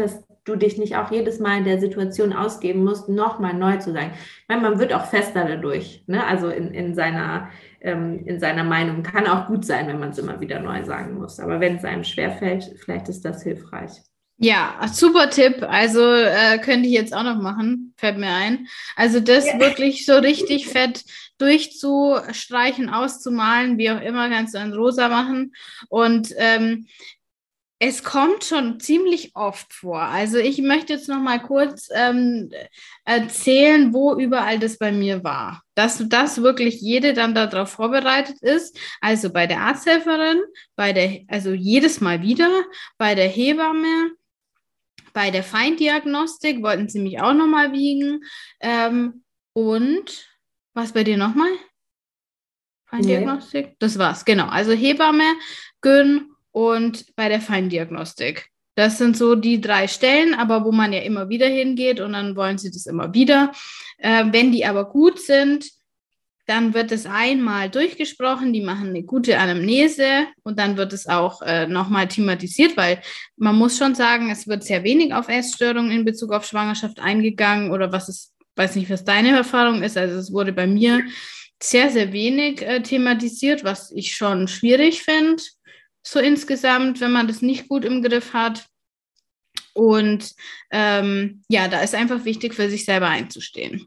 du dich nicht auch jedes Mal in der Situation ausgeben musst, nochmal neu zu sein. Ich meine, man wird auch fester dadurch, ne? Also in, in, seiner, ähm, in seiner Meinung. Kann auch gut sein, wenn man es immer wieder neu sagen muss. Aber wenn es einem schwerfällt, vielleicht ist das hilfreich. Ja, super Tipp. Also äh, könnte ich jetzt auch noch machen, fällt mir ein. Also das Ja. wirklich so richtig fett durchzustreichen, auszumalen, wie auch immer, kannst du dann rosa machen. Und ähm, es kommt schon ziemlich oft vor. Also ich möchte jetzt noch mal kurz ähm, erzählen, wo überall das bei mir war. Dass das wirklich jede dann darauf vorbereitet ist. Also bei der Arzthelferin, bei der, also jedes Mal wieder, bei der Hebamme, bei der Feindiagnostik wollten sie mich auch nochmal wiegen. Ähm, und was bei dir nochmal? Feindiagnostik? Nee. Das war's, genau. Also Hebamme, Gyn und bei der Feindiagnostik. Das sind so die drei Stellen, aber wo man ja immer wieder hingeht und dann wollen sie das immer wieder. Äh, wenn die aber gut sind, dann wird es einmal durchgesprochen, die machen eine gute Anamnese und dann wird es auch äh, nochmal thematisiert, weil man muss schon sagen, es wird sehr wenig auf Essstörungen in Bezug auf Schwangerschaft eingegangen oder was ist, weiß nicht, was deine Erfahrung ist, also es wurde bei mir sehr, sehr wenig äh, thematisiert, was ich schon schwierig finde, so insgesamt, wenn man das nicht gut im Griff hat. Und ähm, ja, da ist einfach wichtig, für sich selber einzustehen.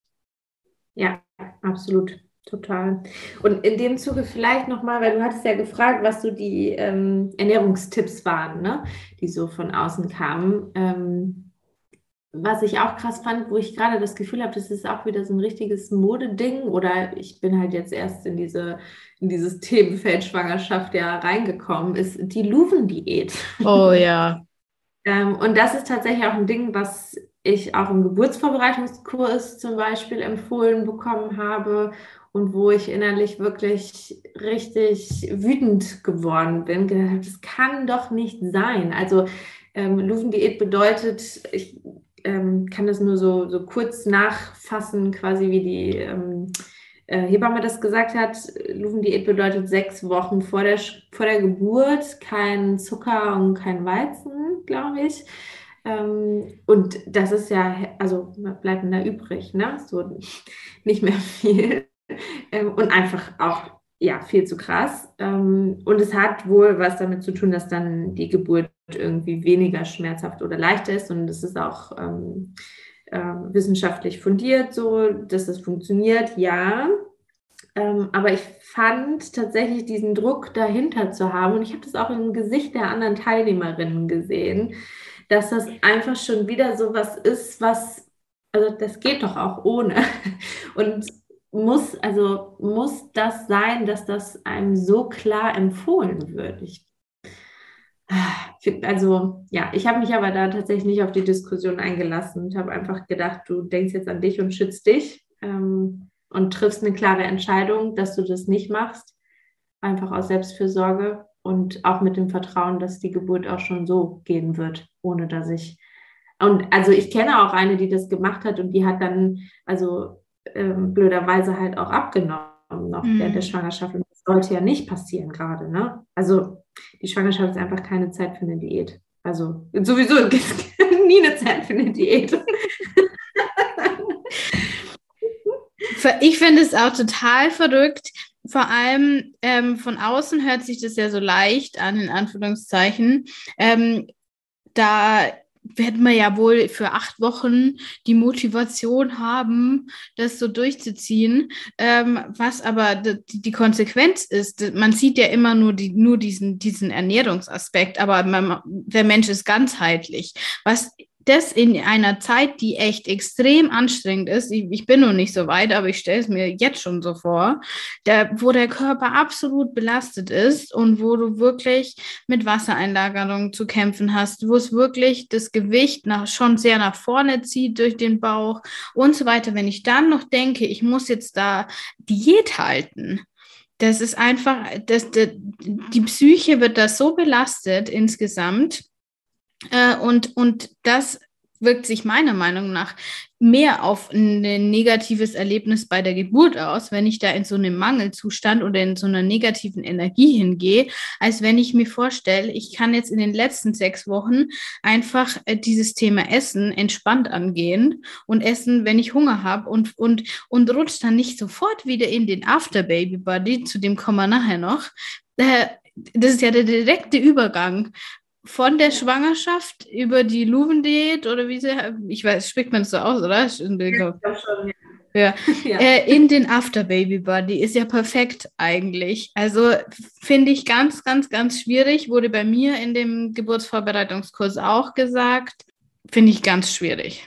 Ja, absolut, total. Und in dem Zuge vielleicht nochmal, weil du hattest ja gefragt, was so die ähm, Ernährungstipps waren, ne, die so von außen kamen. Ähm, was ich auch krass fand, wo ich gerade das Gefühl habe, das ist auch wieder so ein richtiges Modeding oder ich bin halt jetzt erst in diese in dieses Themenfeld Schwangerschaft ja reingekommen, ist die Luven-Diät. Oh ja. ähm, und das ist tatsächlich auch ein Ding, was ich auch im Geburtsvorbereitungskurs zum Beispiel empfohlen bekommen habe und wo ich innerlich wirklich richtig wütend geworden bin. Das kann doch nicht sein. Also ähm, Luven-Diät bedeutet, ich ähm, kann das nur so, so kurz nachfassen, quasi wie die ähm, äh, Hebamme das gesagt hat. Luven-Diät bedeutet sechs Wochen vor der, vor der Geburt kein Zucker und kein Weizen, glaube ich. Ähm, und das ist ja, also was bleibt denn da übrig, ne? So nicht mehr viel. Ähm, und einfach auch, ja, viel zu krass. Ähm, und es hat wohl was damit zu tun, dass dann die Geburt irgendwie weniger schmerzhaft oder leichter ist. Und es ist auch ähm, äh, wissenschaftlich fundiert, so, dass das funktioniert, ja. Ähm, aber ich fand tatsächlich diesen Druck dahinter zu haben. Und ich habe das auch im Gesicht der anderen Teilnehmerinnen gesehen, dass das einfach schon wieder so was ist, was, also das geht doch auch ohne. Und muss, also muss das sein, dass das einem so klar empfohlen wird? Ich, also ja, ich habe mich aber da tatsächlich nicht auf die Diskussion eingelassen und habe einfach gedacht, du denkst jetzt an dich und schützt dich ähm, und triffst eine klare Entscheidung, dass du das nicht machst, einfach aus Selbstfürsorge und auch mit dem Vertrauen, dass die Geburt auch schon so gehen wird, ohne dass ich, und also ich kenne auch eine, die das gemacht hat und die hat dann, also ähm, blöderweise halt auch abgenommen noch mhm. während der Schwangerschaft und das sollte ja nicht passieren gerade, ne? Also die Schwangerschaft ist einfach keine Zeit für eine Diät. Also sowieso gibt es nie eine Zeit für eine Diät. Ich finde es auch total verrückt. Vor allem ähm, von außen hört sich das ja so leicht an, in Anführungszeichen. Ähm, da wird man ja wohl für acht Wochen die Motivation haben, das so durchzuziehen. Ähm, was aber die, die Konsequenz ist, man sieht ja immer nur, die, nur diesen, diesen Ernährungsaspekt, aber man, der Mensch ist ganzheitlich. Was das in einer Zeit, die echt extrem anstrengend ist, ich, ich bin noch nicht so weit, aber ich stelle es mir jetzt schon so vor, der, wo der Körper absolut belastet ist und wo du wirklich mit Wassereinlagerung zu kämpfen hast, wo es wirklich das Gewicht nach, schon sehr nach vorne zieht durch den Bauch und so weiter. Wenn ich dann noch denke, ich muss jetzt da Diät halten, das ist einfach, das, das, die Psyche wird da so belastet insgesamt. Äh, und, und das wirkt sich meiner Meinung nach mehr auf ein negatives Erlebnis bei der Geburt aus, wenn ich da in so einem Mangelzustand oder in so einer negativen Energie hingehe, als wenn ich mir vorstelle, ich kann jetzt in den letzten sechs Wochen einfach äh, dieses Thema Essen entspannt angehen und essen, wenn ich Hunger habe und, und, und rutsche dann nicht sofort wieder in den After-Baby-Body, zu dem kommen wir nachher noch. Äh, das ist ja der direkte Übergang von der Schwangerschaft über die Luven-Diät oder wie sie, ich weiß, spricht man das so aus, oder? Ja, schon, ja. Ja. Ja. Äh, in den After-Baby-Body ist ja perfekt eigentlich. Also finde ich ganz, ganz, ganz schwierig. Wurde bei mir in dem Geburtsvorbereitungskurs auch gesagt. Finde ich ganz schwierig.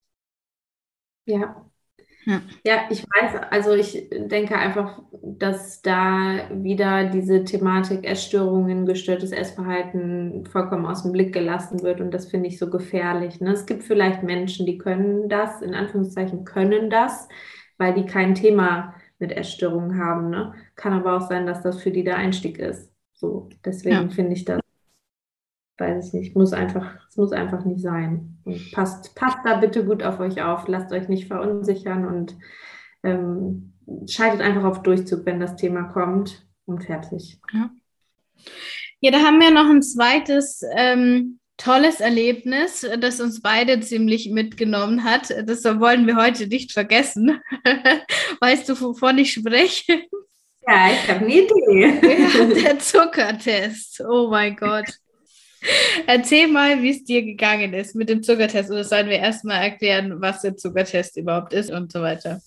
Ja. Ja. Ja, ich weiß, also ich denke einfach, dass da wieder diese Thematik Essstörungen, gestörtes Essverhalten vollkommen aus dem Blick gelassen wird und das finde ich so gefährlich. Ne? Es gibt vielleicht Menschen, die können das, in Anführungszeichen können das, weil die kein Thema mit Essstörungen haben. Ne? Kann aber auch sein, dass das für die der Einstieg ist. So, deswegen Ja. finde ich das, weiß ich nicht, muss einfach, es muss einfach nicht sein. Und passt, passt da bitte gut auf euch auf, lasst euch nicht verunsichern und ähm, schaltet einfach auf Durchzug, wenn das Thema kommt und fertig. Ja. Ja, da haben wir noch ein zweites ähm, tolles Erlebnis, das uns beide ziemlich mitgenommen hat. Das wollen wir heute nicht vergessen. Weißt du, wovon ich spreche? Ja, ich habe eine Idee. Ja, der Zuckertest. Oh mein Gott. Erzähl mal, wie es dir gegangen ist mit dem Zuckertest. Oder sollen wir erstmal erklären, was der Zuckertest überhaupt ist und so weiter?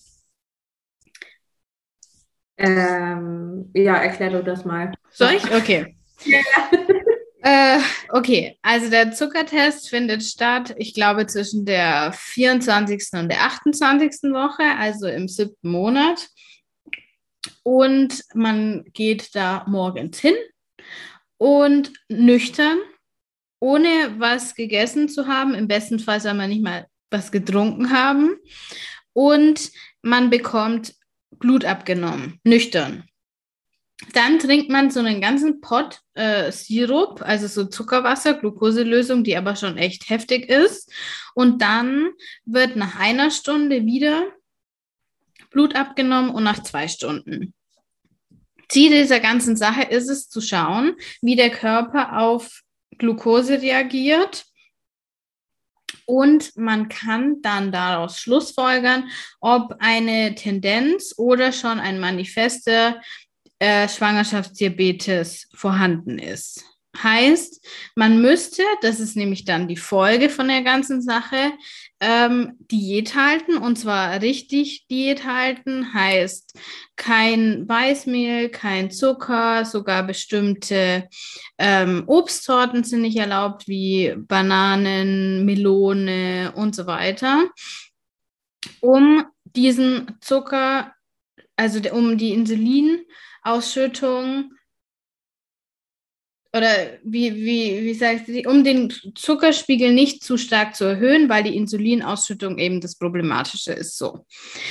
Ähm, ja, erklär du das mal. Soll ich? Okay. Ja. Äh, okay, also der Zuckertest findet statt, ich glaube, zwischen der vierundzwanzigsten und der achtundzwanzigsten Woche, also im siebten Monat. Und man geht da morgens hin und nüchtern, ohne was gegessen zu haben. Im besten Fall soll man nicht mal was getrunken haben. Und man bekommt Blut abgenommen, nüchtern. Dann trinkt man so einen ganzen Pott äh, Sirup, also so Zuckerwasser, Glukoselösung, die aber schon echt heftig ist. Und dann wird nach einer Stunde wieder Blut abgenommen und nach zwei Stunden. Ziel dieser ganzen Sache ist es, zu schauen, wie der Körper auf Glucose reagiert. Und man kann dann daraus schlussfolgern, ob eine Tendenz oder schon ein manifester äh, Schwangerschaftsdiabetes vorhanden ist. Heißt, man müsste, das ist nämlich dann die Folge von der ganzen Sache, ähm, Diät halten, und zwar richtig Diät halten, heißt kein Weißmehl, kein Zucker, sogar bestimmte ähm, Obstsorten sind nicht erlaubt, wie Bananen, Melone und so weiter, um diesen Zucker, also um die Insulinausschüttung oder wie, wie, wie sagst du, um den Zuckerspiegel nicht zu stark zu erhöhen, weil die Insulinausschüttung eben das Problematische ist. So.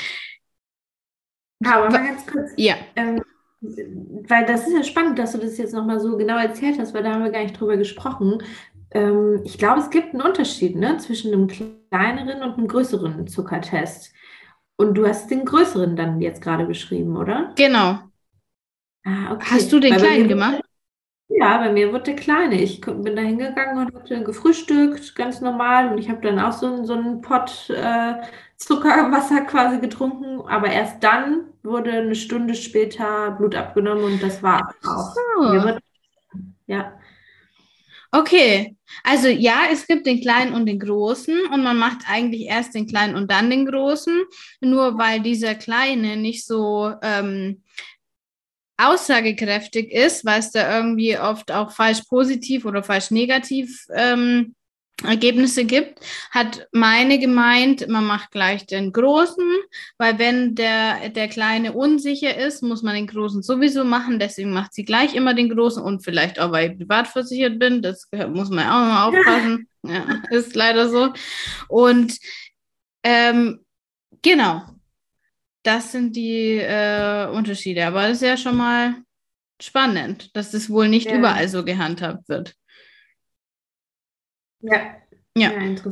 Aber mal ganz kurz. Ja. Ähm, weil das ist ja spannend, dass du das jetzt nochmal so genau erzählt hast, weil da haben wir gar nicht drüber gesprochen. Ähm, ich glaube, es gibt einen Unterschied, ne, zwischen einem kleineren und einem größeren Zuckertest. Und du hast den größeren dann jetzt gerade beschrieben, oder? Genau. Ah, okay. Hast du den Weil bei kleinen mir gemacht? Ja, bei mir wurde der Kleine. Ich bin da hingegangen und habe gefrühstückt, ganz normal. Und ich habe dann auch so, einen- so einen Pott äh, Zuckerwasser quasi getrunken. Aber erst dann wurde eine Stunde später Blut abgenommen und das war auch. Mir Oh. wird, ja. Okay, also ja, es gibt den kleinen und den großen und man macht eigentlich erst den kleinen und dann den großen, nur weil dieser kleine nicht so ähm, aussagekräftig ist, weil es da irgendwie oft auch falsch positiv oder falsch negativ ähm, Ergebnisse gibt, hat meine gemeint, man macht gleich den Großen, weil wenn der, der Kleine unsicher ist, muss man den Großen sowieso machen, deswegen macht sie gleich immer den Großen und vielleicht auch, weil ich privat versichert bin, das muss man auch mal aufpassen, ja, ist leider so. Und ähm, genau, das sind die äh, Unterschiede, aber das ist ja schon mal spannend, dass das wohl nicht Ja. überall so gehandhabt wird. Ja, Ja. ja, interessant.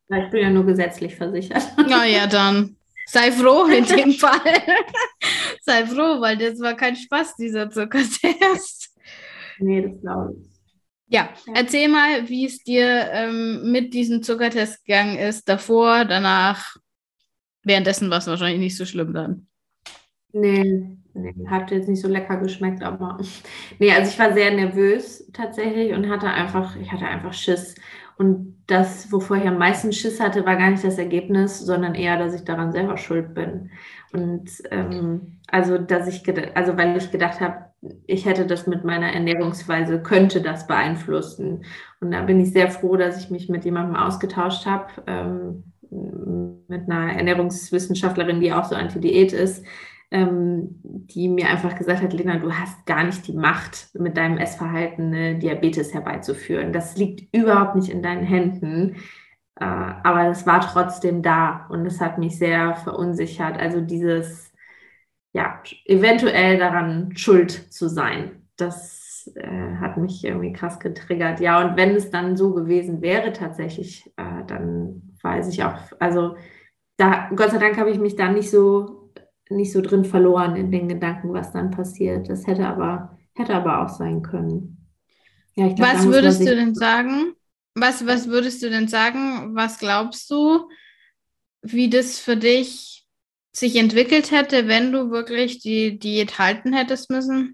Ja, ich bin ja nur gesetzlich versichert. Ja, ja, dann sei froh in dem Fall. Sei froh, weil das war kein Spaß, dieser Zuckertest. Nee, das glaube ich. Ja, Ja. erzähl mal, wie es dir ähm, mit diesem Zuckertest gegangen ist, davor, danach, währenddessen war es wahrscheinlich nicht so schlimm dann. Nee, nee, hat jetzt nicht so lecker geschmeckt, aber nee, also ich war sehr nervös tatsächlich und hatte einfach, ich hatte einfach Schiss. Und das, wovor ich am meisten Schiss hatte, war gar nicht das Ergebnis, sondern eher, dass ich daran selber schuld bin. Und ähm, also, dass ich, geda- also weil ich gedacht habe, ich hätte das mit meiner Ernährungsweise, könnte das beeinflussen. Und da bin ich sehr froh, dass ich mich mit jemandem ausgetauscht habe, ähm, mit einer Ernährungswissenschaftlerin, die auch so anti-Diät ist, ähm, die mir einfach gesagt hat, Lena, du hast gar nicht die Macht, mit deinem Essverhalten eine Diabetes herbeizuführen. Das liegt überhaupt nicht in deinen Händen. Äh, aber es war trotzdem da und es hat mich sehr verunsichert. Also dieses, ja, eventuell daran schuld zu sein, das äh, hat mich irgendwie krass getriggert. Ja, und wenn es dann so gewesen wäre tatsächlich, äh, dann weiß ich auch, also da, Gott sei Dank habe ich mich da nicht so nicht so drin verloren in den Gedanken, was dann passiert. Das hätte aber, hätte aber auch sein können. Ja, ich glaube, da Was muss man würdest du sich. denn sagen? Was, was würdest du denn sagen? Was glaubst du, wie das für dich sich entwickelt hätte, wenn du wirklich die Diät halten hättest müssen?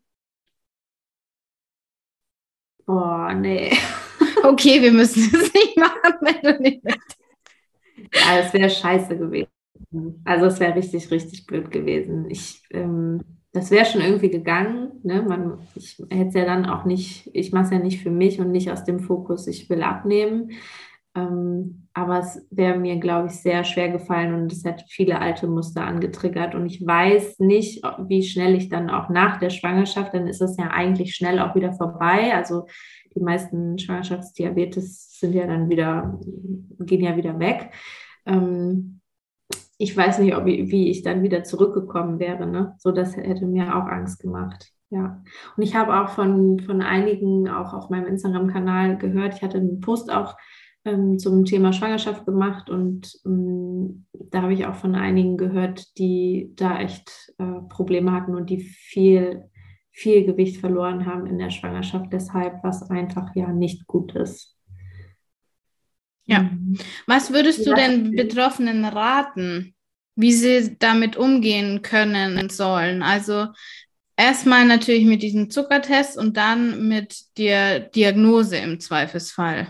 Oh, nee. Okay, wir müssen es nicht machen, wenn du nicht willst. Ja, es wäre scheiße gewesen. Also es wäre richtig, richtig blöd gewesen. Ich, ähm, das wäre schon irgendwie gegangen. Ne? Man, ich hätte es ja dann auch nicht, ich mache es ja nicht für mich und nicht aus dem Fokus, ich will abnehmen. Ähm, aber es wäre mir, glaube ich, sehr schwer gefallen und es hätte viele alte Muster angetriggert. Und ich weiß nicht, wie schnell ich dann auch nach der Schwangerschaft, dann ist es ja eigentlich schnell auch wieder vorbei. Also die meisten Schwangerschaftsdiabetes sind ja dann wieder, gehen ja wieder weg. Ähm, ich weiß nicht, ob ich, wie ich dann wieder zurückgekommen wäre. Ne? So, das hätte mir auch Angst gemacht. Ja. Und ich habe auch von, von einigen, auch auf meinem Instagram-Kanal gehört, ich hatte einen Post auch ähm, zum Thema Schwangerschaft gemacht und ähm, da habe ich auch von einigen gehört, die da echt äh, Probleme hatten und die viel, viel Gewicht verloren haben in der Schwangerschaft, deshalb, was einfach ja nicht gut ist. Ja. Mhm. Was würdest du Ja. denn Betroffenen raten, wie sie damit umgehen können sollen? Also erstmal natürlich mit diesem Zuckertest und dann mit der Diagnose im Zweifelsfall.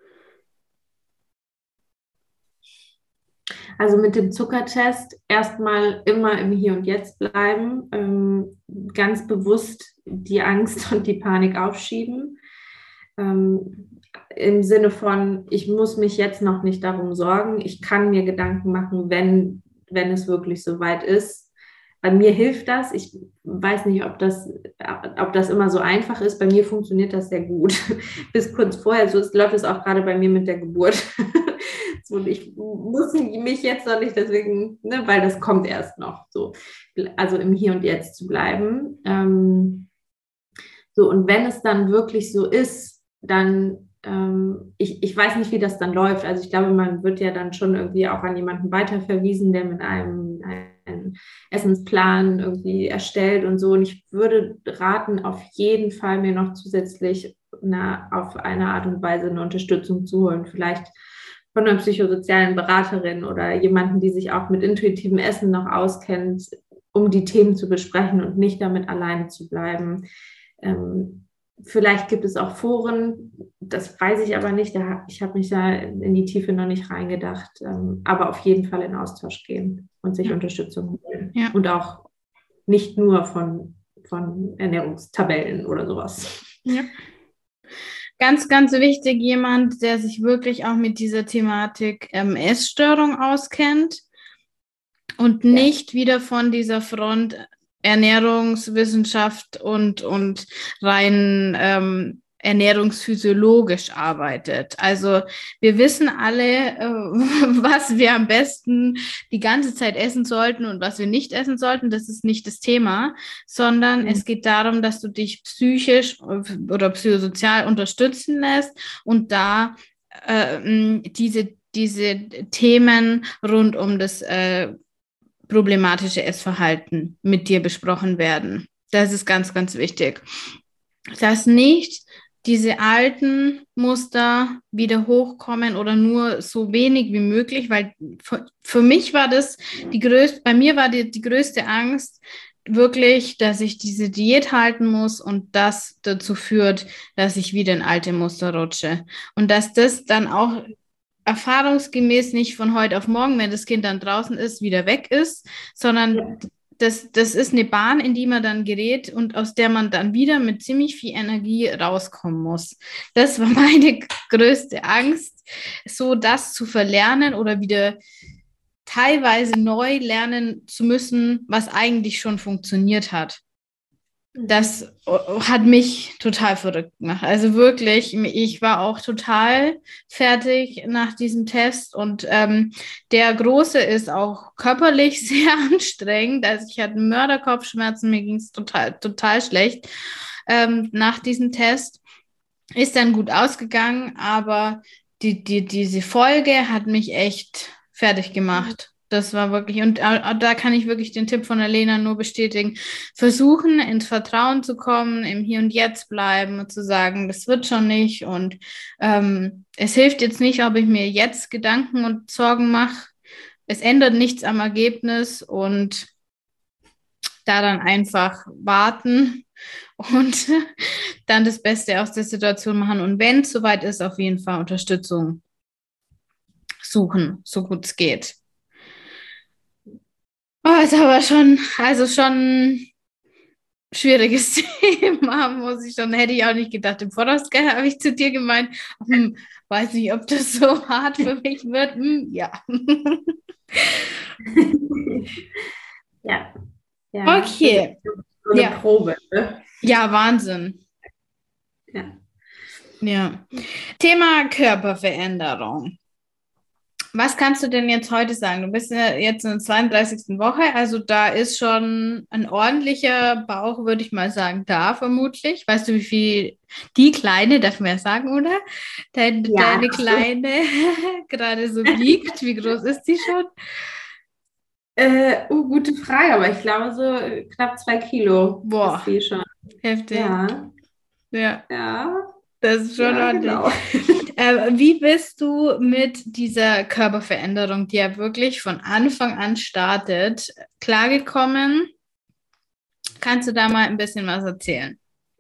Also mit dem Zuckertest erstmal immer im Hier und Jetzt bleiben, ähm, ganz bewusst die Angst und die Panik aufschieben. Ähm, im Sinne von, ich muss mich jetzt noch nicht darum sorgen, ich kann mir Gedanken machen, wenn, wenn es wirklich soweit ist. Bei mir hilft das. Ich weiß nicht, ob das, ob das immer so einfach ist. Bei mir funktioniert das sehr gut. Bis kurz vorher, so ist, läuft es auch gerade bei mir mit der Geburt. So, und ich muss mich jetzt noch nicht deswegen, ne, weil das kommt erst noch. So. Also im Hier und Jetzt zu bleiben. Ähm, so, und wenn es dann wirklich so ist, dann, ähm, ich, ich weiß nicht, wie das dann läuft. Also ich glaube, man wird ja dann schon irgendwie auch an jemanden weiterverwiesen, der mit einem, einen Essensplan irgendwie erstellt und so. Und ich würde raten, auf jeden Fall mir noch zusätzlich eine, auf eine Art und Weise eine Unterstützung zu holen. Vielleicht von einer psychosozialen Beraterin oder jemanden, die sich auch mit intuitivem Essen noch auskennt, um die Themen zu besprechen und nicht damit alleine zu bleiben. Ähm, vielleicht gibt es auch Foren, das weiß ich aber nicht. Da, ich habe mich da in die Tiefe noch nicht reingedacht. Ähm, aber auf jeden Fall in Austausch gehen und sich Ja. Unterstützung holen. Ja. Und auch nicht nur von, von Ernährungstabellen oder sowas. Ja. Ganz, ganz wichtig, jemand, der sich wirklich auch mit dieser Thematik ähm, Essstörung auskennt und nicht ja. wieder von dieser Front Ernährungswissenschaft und, und rein ähm, ernährungsphysiologisch arbeitet. Also wir wissen alle, äh, was wir am besten die ganze Zeit essen sollten und was wir nicht essen sollten. Das ist nicht das Thema, sondern mhm. es geht darum, dass du dich psychisch oder psychosozial unterstützen lässt und da äh, diese diese Themen rund um das äh, problematische Essverhalten mit dir besprochen werden. Das ist ganz, ganz wichtig. Dass nicht diese alten Muster wieder hochkommen oder nur so wenig wie möglich, weil für, für mich war das die größte, bei mir war die, die größte Angst wirklich, dass ich diese Diät halten muss und das dazu führt, dass ich wieder in alte Muster rutsche. Und dass das dann auch erfahrungsgemäß nicht von heute auf morgen, wenn das Kind dann draußen ist, wieder weg ist, sondern Ja. das, das ist eine Bahn, in die man dann gerät und aus der man dann wieder mit ziemlich viel Energie rauskommen muss. Das war meine größte Angst, so das zu verlernen oder wieder teilweise neu lernen zu müssen, was eigentlich schon funktioniert hat. Das hat mich total verrückt gemacht. Also wirklich, ich war auch total fertig nach diesem Test und ähm, der Große ist auch körperlich sehr anstrengend. Also ich hatte Mörderkopfschmerzen, mir ging es total, total schlecht ähm, nach diesem Test. Ist dann gut ausgegangen, aber die, die, diese Folge hat mich echt fertig gemacht. Das war wirklich, und äh, da kann ich wirklich den Tipp von der Lena nur bestätigen. Versuchen, ins Vertrauen zu kommen, im Hier und Jetzt bleiben und zu sagen, das wird schon nicht. Und ähm, es hilft jetzt nicht, ob ich mir jetzt Gedanken und Sorgen mache. Es ändert nichts am Ergebnis und da dann einfach warten und dann das Beste aus der Situation machen. Und wenn es soweit ist, auf jeden Fall Unterstützung suchen, so gut es geht. Oh, ist aber schon, also schon ein schwieriges Thema, muss ich schon, hätte ich auch nicht gedacht. Im Voraus habe ich zu dir gemeint, hm, weiß nicht, ob das so hart für mich wird. Hm, ja. Ja. Ja. Okay. So eine Ja. Probe, ne? Ja, Wahnsinn. Ja. Ja. Thema Körperveränderung. Was kannst du denn jetzt heute sagen? Du bist ja jetzt in der zweiunddreißigsten Woche, also da ist schon ein ordentlicher Bauch, würde ich mal sagen, da vermutlich. Weißt du, wie viel die Kleine, darf man ja sagen, oder? Deine, Ja, deine Kleine gerade so wiegt. Wie groß ist die schon? Äh, oh, gute Frage, aber ich glaube so knapp zwei Kilo Boah, ist die schon. heftig. Ja, Ja, ja, das ist schon ja, ordentlich. genau. Äh, wie bist du mit dieser Körperveränderung, die ja wirklich von Anfang an startet, klargekommen? Kannst du da mal ein bisschen was erzählen?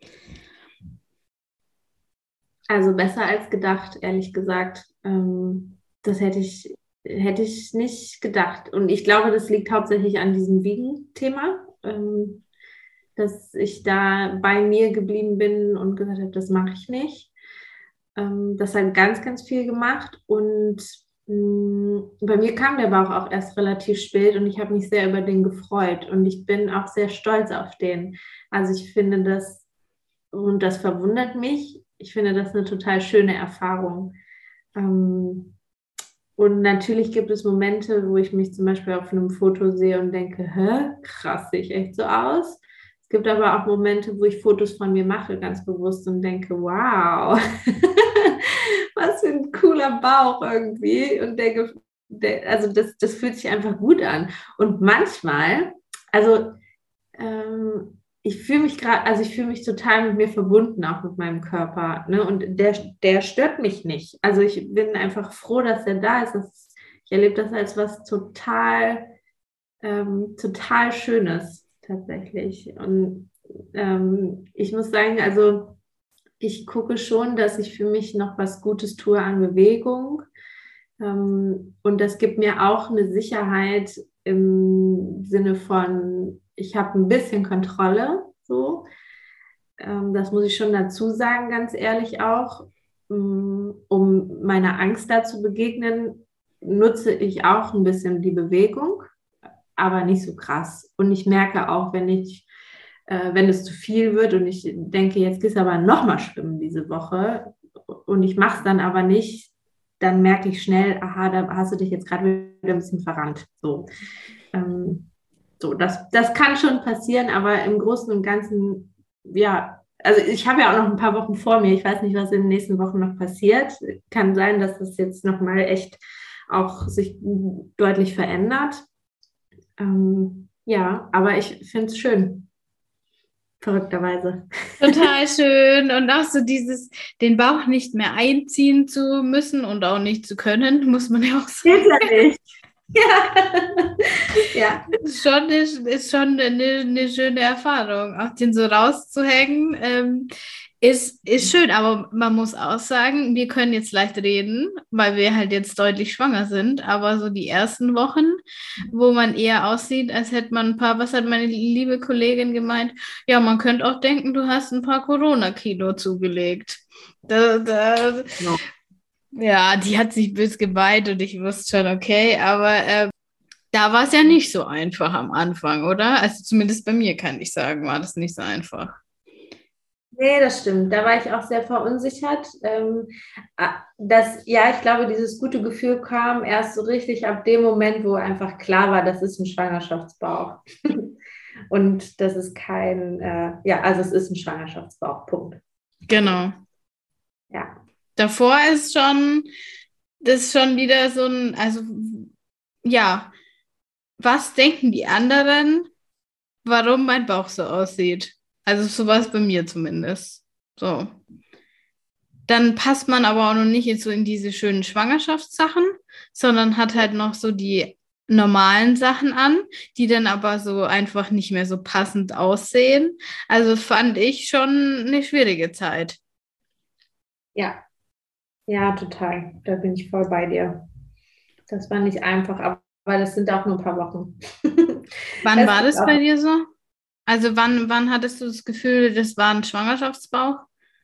Also besser als gedacht, ehrlich gesagt. Ähm, das hätte ich, hätte ich nicht gedacht. Und ich glaube, das liegt hauptsächlich an diesem Wiegen-Thema, ähm, dass ich da bei mir geblieben bin und gesagt habe, das mache ich nicht. Ähm, das hat ganz, ganz viel gemacht. Und mh, bei mir kam der Bauch auch erst relativ spät und ich habe mich sehr über den gefreut. Und ich bin auch sehr stolz auf den. Also ich finde das, und das verwundert mich, ich finde das eine total schöne Erfahrung. Ähm, und natürlich gibt es Momente, wo ich mich zum Beispiel auf einem Foto sehe und denke, hä, krass, sehe ich echt so aus? Es gibt aber auch Momente, wo ich Fotos von mir mache, ganz bewusst und denke, wow, was für ein cooler Bauch irgendwie. Und denke, der, also das, das fühlt sich einfach gut an. Und manchmal, also ähm, ich fühle mich gerade, also ich fühle mich total mit mir verbunden, auch mit meinem Körper. Ne? Und der, der stört mich nicht. Also ich bin einfach froh, dass er da ist. Das, ich erlebe das als was total, ähm, total Schönes tatsächlich. Und ähm, ich muss sagen, also ich gucke schon, dass ich für mich noch was Gutes tue an Bewegung. Ähm, und das gibt mir auch eine Sicherheit im Sinne von, ich habe ein bisschen Kontrolle, so. Ähm, das muss ich schon dazu sagen, ganz ehrlich auch. Um meiner Angst da zu begegnen, nutze ich auch ein bisschen die Bewegung, aber nicht so krass. Und ich merke auch, wenn ich, äh, wenn es zu viel wird und ich denke, jetzt gehst du aber nochmal schwimmen diese Woche und ich mache es dann aber nicht, dann merke ich schnell, aha, da hast du dich jetzt gerade wieder ein bisschen verrannt. So. Ähm, So, das, das kann schon passieren, aber im Großen und Ganzen, ja, also ich habe ja auch noch ein paar Wochen vor mir. Ich weiß nicht, was in den nächsten Wochen noch passiert. Kann sein, dass das jetzt nochmal echt auch sich deutlich verändert. Ähm, ja, aber ich finde es schön, verrückterweise. Total schön. Und auch so dieses, den Bauch nicht mehr einziehen zu müssen und auch nicht zu können, muss man ja auch sagen. Geht ja nicht. Ja. Ja. Ist schon eine, ist schon eine, eine schöne Erfahrung. Auch den so rauszuhängen, ähm, ist, ist schön, aber man muss auch sagen, wir können jetzt leicht reden, weil wir halt jetzt deutlich schwanger sind, aber so die ersten Wochen, wo man eher aussieht, als hätte man ein paar, was hat meine liebe Kollegin gemeint? Ja, man könnte auch denken, du hast ein paar Corona-Kilo zugelegt. Da, da, No. ja, die hat sich bös geweint und ich wusste schon, okay, aber äh, da war es ja nicht so einfach am Anfang, oder? Also zumindest bei mir kann ich sagen, war das nicht so einfach. Nee, das stimmt. Da war ich auch sehr verunsichert. Ähm, ah, das, ja, ich glaube, dieses gute Gefühl kam erst so richtig ab dem Moment, wo einfach klar war, das ist ein Schwangerschaftsbauch. Und das ist kein, äh, ja, also es ist ein Schwangerschaftsbauch, Punkt. Genau. Ja. Davor ist schon, das ist schon wieder so ein, also ja, was denken die anderen, warum mein Bauch so aussieht? Also so war es bei mir zumindest. So. Dann passt man aber auch noch nicht jetzt so in diese schönen Schwangerschaftssachen, sondern hat halt noch so die normalen Sachen an, die dann aber so einfach nicht mehr so passend aussehen. Also fand ich schon eine schwierige Zeit. Ja, ja, total. Da bin ich voll bei dir. Das war nicht einfach, aber das sind auch nur ein paar Wochen. Wann Das war gibt das bei auch. dir so? Also wann, wann hattest du das Gefühl, das war ein Schwangerschaftsbauch?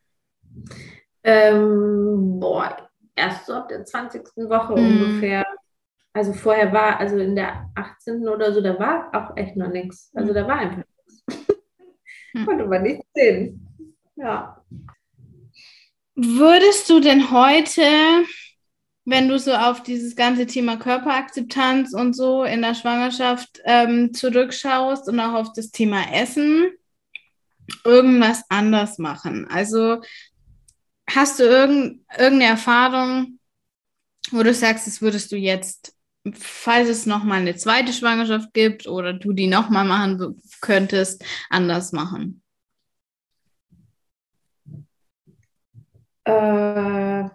Ähm, boah, erst so ab der zwanzigsten Woche Hm. ungefähr. Also vorher war, also in der achtzehnten oder so, da war auch echt noch nichts. Also Hm. da war einfach, Hm. konnte man nicht sehen. Ja. Würdest du denn heute, wenn du so auf dieses ganze Thema Körperakzeptanz und so in der Schwangerschaft ähm, zurückschaust und auch auf das Thema Essen, irgendwas anders machen? Also hast du irgend, irgendeine Erfahrung, wo du sagst, das würdest du jetzt, falls es nochmal eine zweite Schwangerschaft gibt oder du die nochmal machen könntest, anders machen? Äh,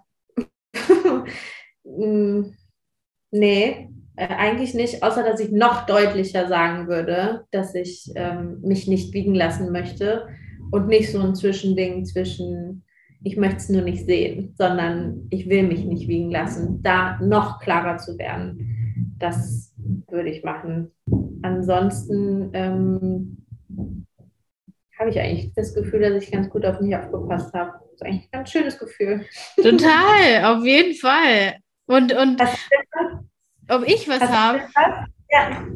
mm, nee, äh, eigentlich nicht, außer dass ich noch deutlicher sagen würde, dass ich ähm, mich nicht wiegen lassen möchte und nicht so ein Zwischending zwischen, ich möchte es nur nicht sehen, sondern ich will mich nicht wiegen lassen, da noch klarer zu werden. Das würde ich machen. Ansonsten ähm, habe ich eigentlich das Gefühl, dass ich ganz gut auf mich aufgepasst habe. Das ist eigentlich ein ganz schönes Gefühl. Total, auf jeden Fall. Und, und Hast du denn was? ob ich was Hast du habe? denn was? Ja.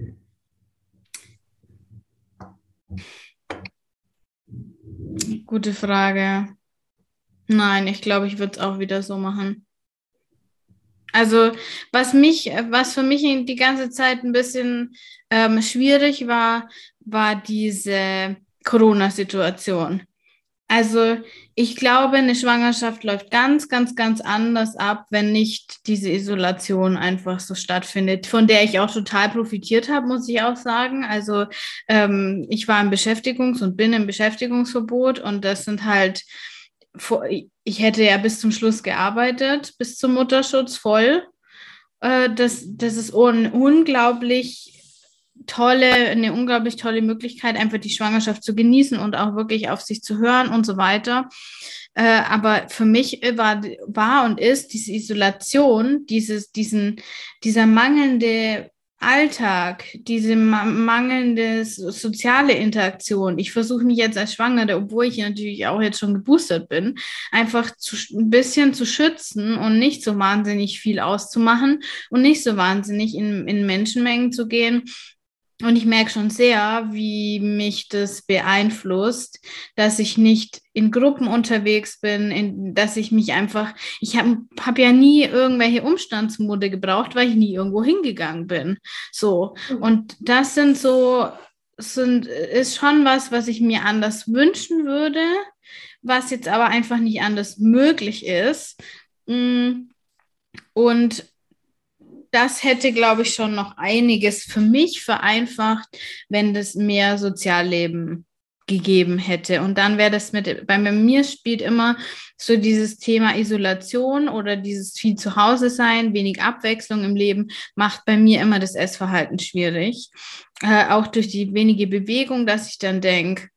Gute Frage. Nein, ich glaube, ich würde es auch wieder so machen. Also, was mich, was für mich die ganze Zeit ein bisschen ähm, schwierig war, war diese Corona-Situation. Also, ich glaube, eine Schwangerschaft läuft ganz, ganz, ganz anders ab, wenn nicht diese Isolation einfach so stattfindet, von der ich auch total profitiert habe, muss ich auch sagen. Also, ähm, ich war im Beschäftigungs- und bin im Beschäftigungsverbot und das sind halt, vor- ich hätte ja bis zum Schluss gearbeitet, bis zum Mutterschutz voll. Äh, das, das ist un unglaublich tolle, eine unglaublich tolle Möglichkeit, einfach die Schwangerschaft zu genießen und auch wirklich auf sich zu hören und so weiter. Äh, aber für mich war, war und ist diese Isolation, dieses, diesen, dieser mangelnde Alltag, diese ma mangelnde so- soziale Interaktion. Ich versuche mich jetzt als Schwangere, obwohl ich natürlich auch jetzt schon geboostert bin, einfach zu, ein bisschen zu schützen und nicht so wahnsinnig viel auszumachen und nicht so wahnsinnig in, in Menschenmengen zu gehen. Und ich merke schon sehr, wie mich das beeinflusst, dass ich nicht in Gruppen unterwegs bin, in, dass ich mich einfach, ich habe hab ja nie irgendwelche Umstandsmode gebraucht, weil ich nie irgendwo hingegangen bin. So. Und das sind so, sind, ist schon was, was ich mir anders wünschen würde, was jetzt aber einfach nicht anders möglich ist. Und das hätte, glaube ich, schon noch einiges für mich vereinfacht, wenn das mehr Sozialleben gegeben hätte. Und dann wäre das mit, bei mir spielt immer so dieses Thema Isolation oder dieses viel zu Hause sein, wenig Abwechslung im Leben, macht bei mir immer das Essverhalten schwierig. Äh, auch durch die wenige Bewegung, dass ich dann denke,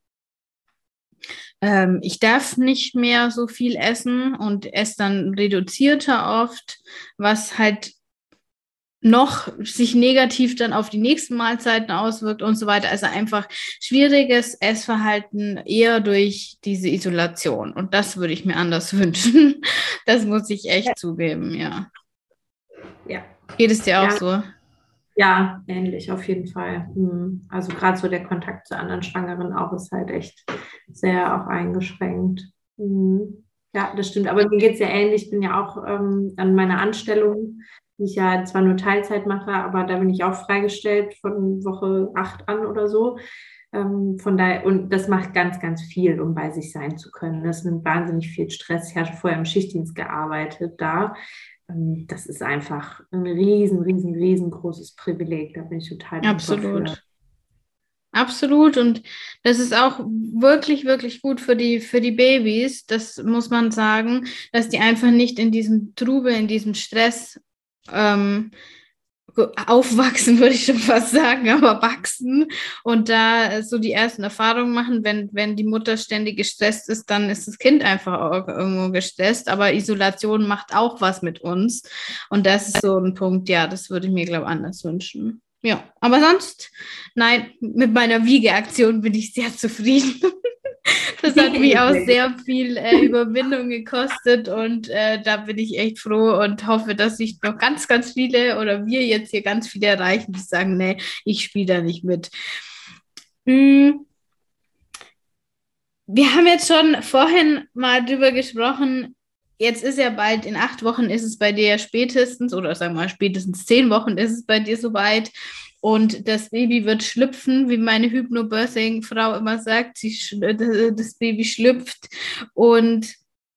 ähm, ich darf nicht mehr so viel essen und esse dann reduzierter oft, was halt noch sich negativ dann auf die nächsten Mahlzeiten auswirkt und so weiter. Also einfach schwieriges Essverhalten eher durch diese Isolation. Und das würde ich mir anders wünschen. Das muss ich echt ja. zugeben, ja. Ja. Geht es dir auch ja. so? Ja, ähnlich, auf jeden Fall. Also gerade so der Kontakt zu anderen Schwangeren auch ist halt echt sehr auch eingeschränkt. Ja, das stimmt. Aber mir geht es ja ähnlich. Ich bin ja auch ähm, an meiner Anstellung, die ich ja zwar nur Teilzeit mache, aber da bin ich auch freigestellt von Woche acht an oder so. Ähm, von daher, und das macht ganz, ganz viel, um bei sich sein zu können. Das nimmt wahnsinnig viel Stress. Ich hatte vorher im Schichtdienst gearbeitet da. Ähm, das ist einfach ein riesen, riesen, riesengroßes Privileg. Da bin ich total dankbar Absolut. für. Absolut. Und das ist auch wirklich, wirklich gut für die, für die Babys. Das muss man sagen, dass die einfach nicht in diesem Trubel, in diesem Stress ähm, aufwachsen, würde ich schon fast sagen, aber wachsen und da so die ersten Erfahrungen machen. Wenn, wenn die Mutter ständig gestresst ist, dann ist das Kind einfach auch irgendwo gestresst, aber Isolation macht auch was mit uns und das ist so ein Punkt, ja, das würde ich mir, glaube ich, anders wünschen. Ja, aber sonst, nein, mit meiner Wiegeaktion bin ich sehr zufrieden. Das hat mich auch sehr viel äh, Überwindung gekostet und äh, da bin ich echt froh und hoffe, dass ich noch ganz, ganz viele oder wir jetzt hier ganz viele erreichen, die sagen, nee, ich spiele da nicht mit. Hm. Wir haben jetzt schon vorhin mal drüber gesprochen, jetzt ist ja bald, in acht Wochen ist es bei dir spätestens, oder sagen wir mal spätestens zehn Wochen ist es bei dir soweit. Und das Baby wird schlüpfen, wie meine Hypnobirthing-Frau immer sagt. Sie, das Baby schlüpft. Und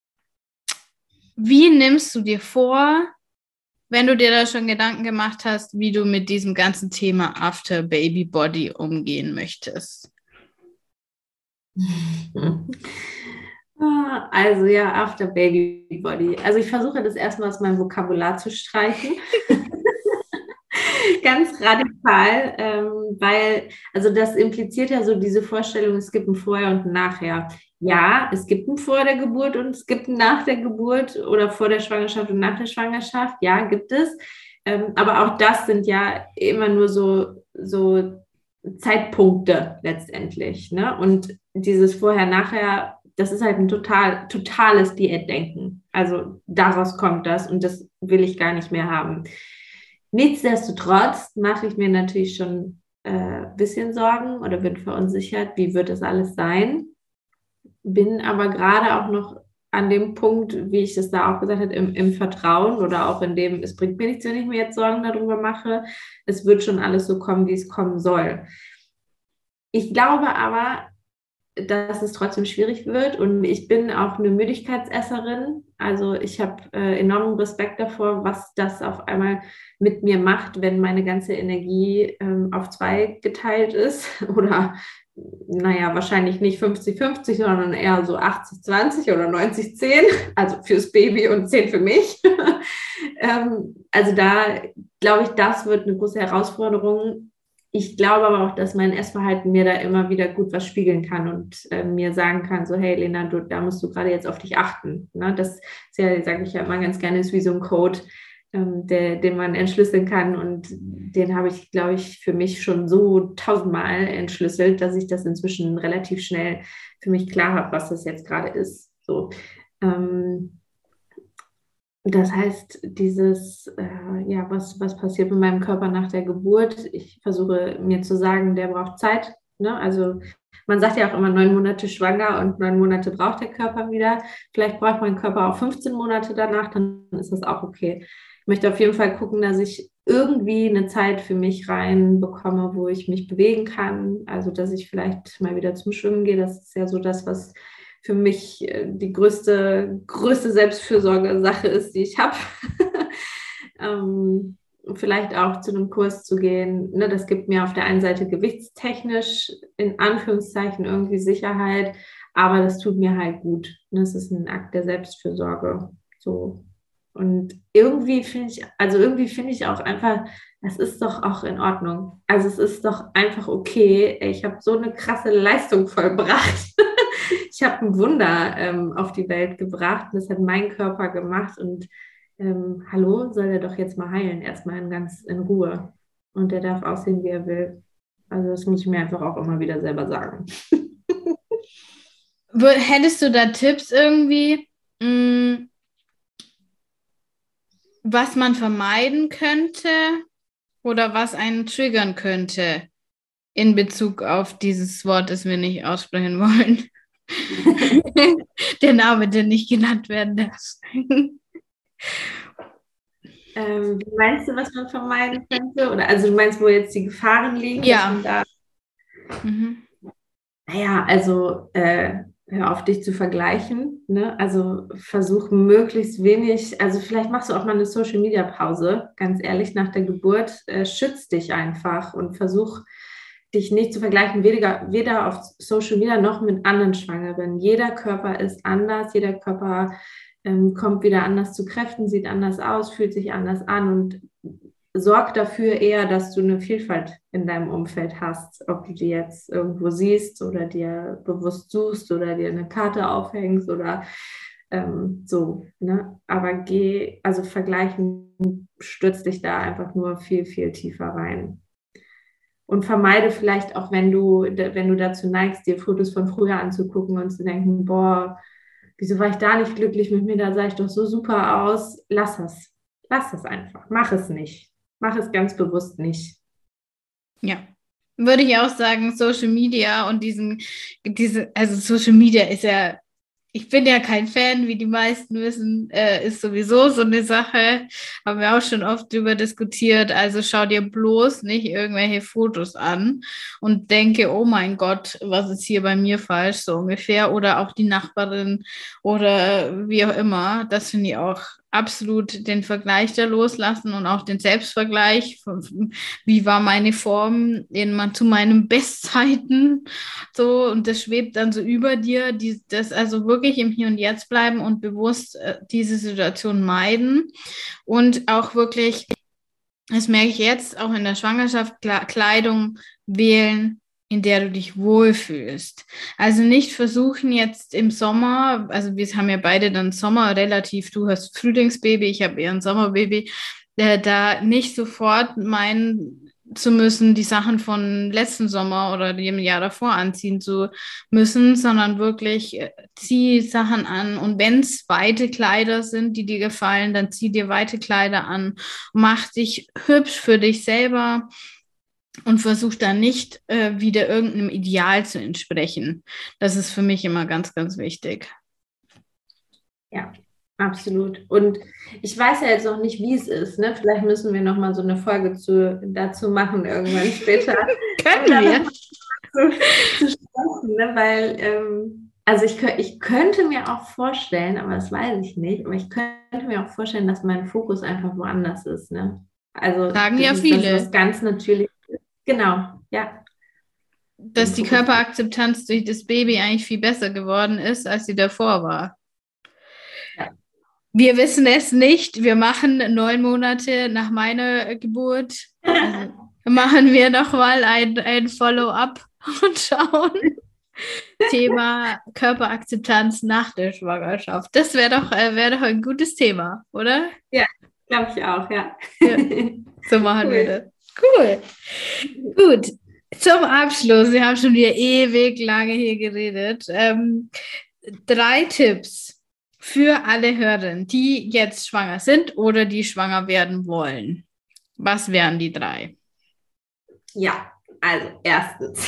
wie nimmst du dir vor, wenn du dir da schon Gedanken gemacht hast, wie du mit diesem ganzen Thema After Baby Body umgehen möchtest? Also ja, After Baby Body. Also ich versuche das erstmal aus meinem Vokabular zu streichen. Ganz radikal, ähm, weil, also das impliziert ja so diese Vorstellung, es gibt ein Vorher und ein Nachher. Ja, es gibt ein Vor der Geburt und es gibt ein Nach der Geburt oder vor der Schwangerschaft und nach der Schwangerschaft. Ja, gibt es. Ähm, aber auch das sind ja immer nur so, so Zeitpunkte letztendlich. Ne? Und dieses Vorher-Nachher, das ist halt ein total, totales Diätdenken. Also daraus kommt das und das will ich gar nicht mehr haben. Nichtsdestotrotz mache ich mir natürlich schon ein äh, bisschen Sorgen oder bin verunsichert, wie wird das alles sein. Bin aber gerade auch noch an dem Punkt, wie ich das da auch gesagt habe, im, im Vertrauen oder auch in dem, es bringt mir nichts, wenn ich mir jetzt Sorgen darüber mache. Es wird schon alles so kommen, wie es kommen soll. Ich glaube aber, dass es trotzdem schwierig wird und ich bin auch eine Müdigkeitsesserin. Also ich habe äh, enormen Respekt davor, was das auf einmal mit mir macht, wenn meine ganze Energie ähm, auf zwei geteilt ist oder naja, wahrscheinlich nicht fünfzig fünfzig, sondern eher so achtzig zwanzig oder neunzig zehn, also fürs Baby und zehn für mich. ähm, also da glaube ich, das wird eine große Herausforderung. Ich glaube aber auch, dass mein Essverhalten mir da immer wieder gut was spiegeln kann und äh, mir sagen kann, so hey Lena, du, da musst du gerade jetzt auf dich achten. Ne? Das ist ja, sage ich ja immer ganz gerne, ist wie so ein Code, ähm, der, den man entschlüsseln kann und den habe ich, glaube ich, für mich schon so tausendmal entschlüsselt, dass ich das inzwischen relativ schnell für mich klar habe, was das jetzt gerade ist. So. Ähm, Das heißt, dieses, äh, ja, was, was passiert mit meinem Körper nach der Geburt? Ich versuche mir zu sagen, der braucht Zeit. Ne? Also man sagt ja auch immer neun Monate schwanger und neun Monate braucht der Körper wieder. Vielleicht braucht mein Körper auch fünfzehn Monate danach, dann ist das auch okay. Ich möchte auf jeden Fall gucken, dass ich irgendwie eine Zeit für mich reinbekomme, wo ich mich bewegen kann. Also dass ich vielleicht mal wieder zum Schwimmen gehe. Das ist ja so das, was für mich die größte, größte Selbstfürsorge-Sache ist, die ich habe. ähm, vielleicht auch zu einem Kurs zu gehen. Ne, das gibt mir auf der einen Seite gewichtstechnisch in Anführungszeichen irgendwie Sicherheit, aber das tut mir halt gut. Das ist ein Akt der Selbstfürsorge. So. Und irgendwie finde ich, also irgendwie finde ich auch einfach, das ist doch auch in Ordnung. Also es ist doch einfach okay. Ich habe so eine krasse Leistung vollbracht. Ich habe ein Wunder ähm, auf die Welt gebracht. Das hat mein Körper gemacht. Und ähm, hallo, soll er doch jetzt mal heilen. Erstmal in ganz in Ruhe. Und der darf aussehen, wie er will. Also das muss ich mir einfach auch immer wieder selber sagen. Hättest du da Tipps irgendwie, mh, was man vermeiden könnte oder was einen triggern könnte in Bezug auf dieses Wort, das wir nicht aussprechen wollen? Der Name, der nicht genannt werden darf. Ähm, wie meinst du, was man vermeiden könnte? Oder also du meinst, wo jetzt die Gefahren liegen? Ja. Da... Mhm. Naja, also äh, hör auf, dich zu vergleichen. Ne? Also versuch möglichst wenig, also vielleicht machst du auch mal eine Social-Media-Pause, ganz ehrlich, nach der Geburt. Äh, schütz dich einfach und versuch dich nicht zu vergleichen, weder, weder auf Social Media noch mit anderen Schwangeren. Jeder Körper ist anders, jeder Körper ähm, kommt wieder anders zu Kräften, sieht anders aus, fühlt sich anders an und sorg dafür eher, dass du eine Vielfalt in deinem Umfeld hast, ob du die jetzt irgendwo siehst oder dir bewusst suchst oder dir eine Karte aufhängst oder ähm, so. Ne? Aber geh, also vergleichen, stürzt dich da einfach nur viel, viel tiefer rein. Und vermeide vielleicht auch, wenn du, wenn du dazu neigst, dir Fotos von früher anzugucken und zu denken, boah, wieso war ich da nicht glücklich mit mir, da sah ich doch so super aus. Lass es. Lass es einfach. Mach es nicht. Mach es ganz bewusst nicht. Ja, würde ich auch sagen, Social Media und diesen, diese, also Social Media ist ja, ich bin ja kein Fan, wie die meisten wissen, äh, ist sowieso so eine Sache, haben wir auch schon oft drüber diskutiert, also schau dir bloß nicht irgendwelche Fotos an und denke, oh mein Gott, was ist hier bei mir falsch, so ungefähr, oder auch die Nachbarin oder wie auch immer, das finde ich auch absolut den Vergleich da loslassen und auch den Selbstvergleich, wie war meine Form in, zu meinen Bestzeiten, so, und das schwebt dann so über dir, die, das also wirklich im Hier und Jetzt bleiben und bewusst äh, diese Situation meiden und auch wirklich, das merke ich jetzt, auch in der Schwangerschaft, Kleidung wählen, in der du dich wohlfühlst. Also nicht versuchen jetzt im Sommer, also wir haben ja beide dann Sommer relativ, du hast Frühlingsbaby, ich habe eher ein Sommerbaby, äh, da nicht sofort meinen zu müssen, die Sachen von letzten Sommer oder dem Jahr davor anziehen zu müssen, sondern wirklich äh, zieh Sachen an und wenn es weite Kleider sind, die dir gefallen, dann zieh dir weite Kleider an, mach dich hübsch für dich selber und versuch da nicht äh, wieder irgendeinem Ideal zu entsprechen. Das ist für mich immer ganz, ganz wichtig. Ja, absolut. Und ich weiß ja jetzt noch nicht, wie es ist. Ne? Vielleicht müssen wir noch mal so eine Folge zu, dazu machen, irgendwann später. Können wir. Zu, zu sprechen, ne? Weil, ähm, also ich, ich könnte mir auch vorstellen, aber das weiß ich nicht, aber ich könnte mir auch vorstellen, dass mein Fokus einfach woanders ist. Ne? Also sagen ja ist, viele. Das ist ganz natürlich. Genau, ja. Dass die Körperakzeptanz durch das Baby eigentlich viel besser geworden ist, als sie davor war. Ja. Wir wissen es nicht. Wir machen neun Monate nach meiner Geburt. Also machen wir nochmal ein, ein Follow-up und schauen. Thema Körperakzeptanz nach der Schwangerschaft. Das wäre doch, äh, wär doch ein gutes Thema, oder? Ja, glaube ich auch, ja. ja. So machen cool. wir das. Cool. Gut. Zum Abschluss, wir haben schon wieder ewig lange hier geredet. Ähm, drei Tipps für alle Hörerinnen, die jetzt schwanger sind oder die schwanger werden wollen. Was wären die drei? Ja, also erstens,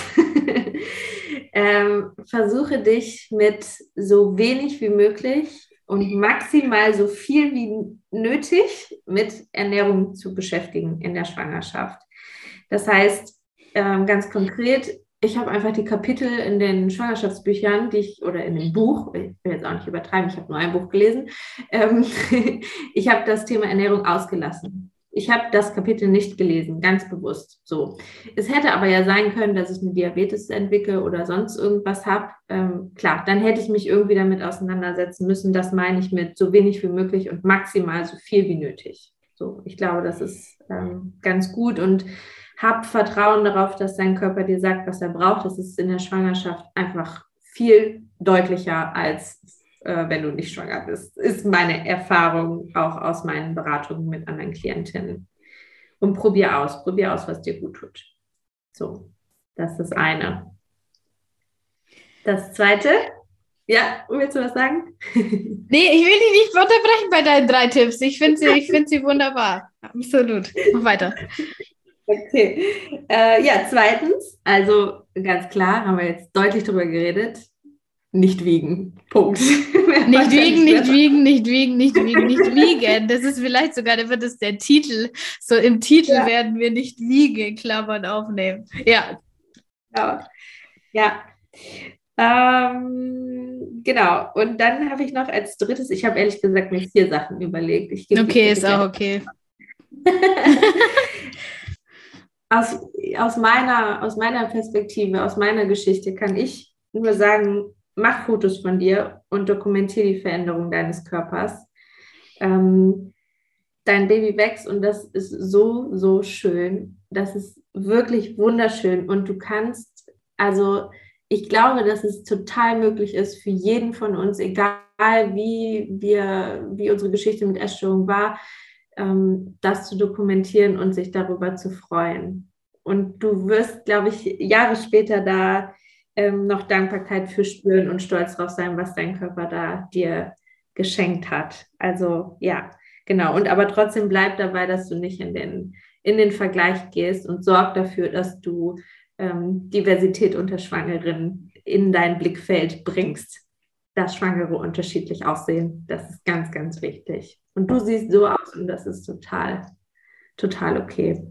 ähm, versuche dich mit so wenig wie möglich und maximal so viel wie nötig mit Ernährung zu beschäftigen in der Schwangerschaft. Das heißt, ähm, ganz konkret, ich habe einfach die Kapitel in den Schwangerschaftsbüchern, die ich, oder in dem Buch, ich will jetzt auch nicht übertreiben, ich habe nur ein Buch gelesen, ähm, ich habe das Thema Ernährung ausgelassen. ich habe das Kapitel nicht gelesen, ganz bewusst so. Es hätte aber ja sein können, dass ich eine Diabetes entwickle oder sonst irgendwas habe. Ähm, klar, dann hätte ich mich irgendwie damit auseinandersetzen müssen. Das meine ich mit so wenig wie möglich und maximal so viel wie nötig. So, ich glaube, das ist ähm, ganz gut und hab Vertrauen darauf, dass dein Körper dir sagt, was er braucht. Das ist in der Schwangerschaft einfach viel deutlicher als äh, wenn du nicht schwanger bist. Ist meine Erfahrung auch aus meinen Beratungen mit anderen Klientinnen. Und probier aus, probier aus, was dir gut tut. So, das ist das eine. Das zweite, ja, willst du was sagen? Nee, ich will dich nicht unterbrechen bei deinen drei Tipps. Ich finde sie, ich finde sie wunderbar. Absolut. Mach weiter. Okay. Äh, ja, zweitens, also ganz klar, haben wir jetzt deutlich drüber geredet, nicht wiegen. Punkt. Nicht wiegen, nicht wiegen, nicht wiegen, nicht wiegen, nicht wiegen. Das ist vielleicht sogar, da wird es der Titel. So im Titel ja. werden wir nicht wiegen, Klammern aufnehmen. Ja. Ja. Ja. Ähm, genau. Und dann habe ich noch als drittes, ich habe ehrlich gesagt mir vier Sachen überlegt. Ich okay, ist auch okay. aus, aus, meiner, aus meiner Perspektive, aus meiner Geschichte kann ich nur sagen, mach Fotos von dir und dokumentiere die Veränderung deines Körpers. Ähm, dein Baby wächst und das ist so, so schön. Das ist wirklich wunderschön und du kannst, also ich glaube, dass es total möglich ist für jeden von uns, egal wie wir, wie unsere Geschichte mit Essstörung war, ähm, das zu dokumentieren und sich darüber zu freuen. Und du wirst, glaube ich, Jahre später da ähm, noch Dankbarkeit für spüren und stolz drauf sein, was dein Körper da dir geschenkt hat. Also ja, genau. Und aber trotzdem bleib dabei, dass du nicht in den, in den Vergleich gehst und sorg dafür, dass du ähm, Diversität unter Schwangeren in dein Blickfeld bringst, dass Schwangere unterschiedlich aussehen. Das ist ganz, ganz wichtig. Und du siehst so aus und das ist total, total okay.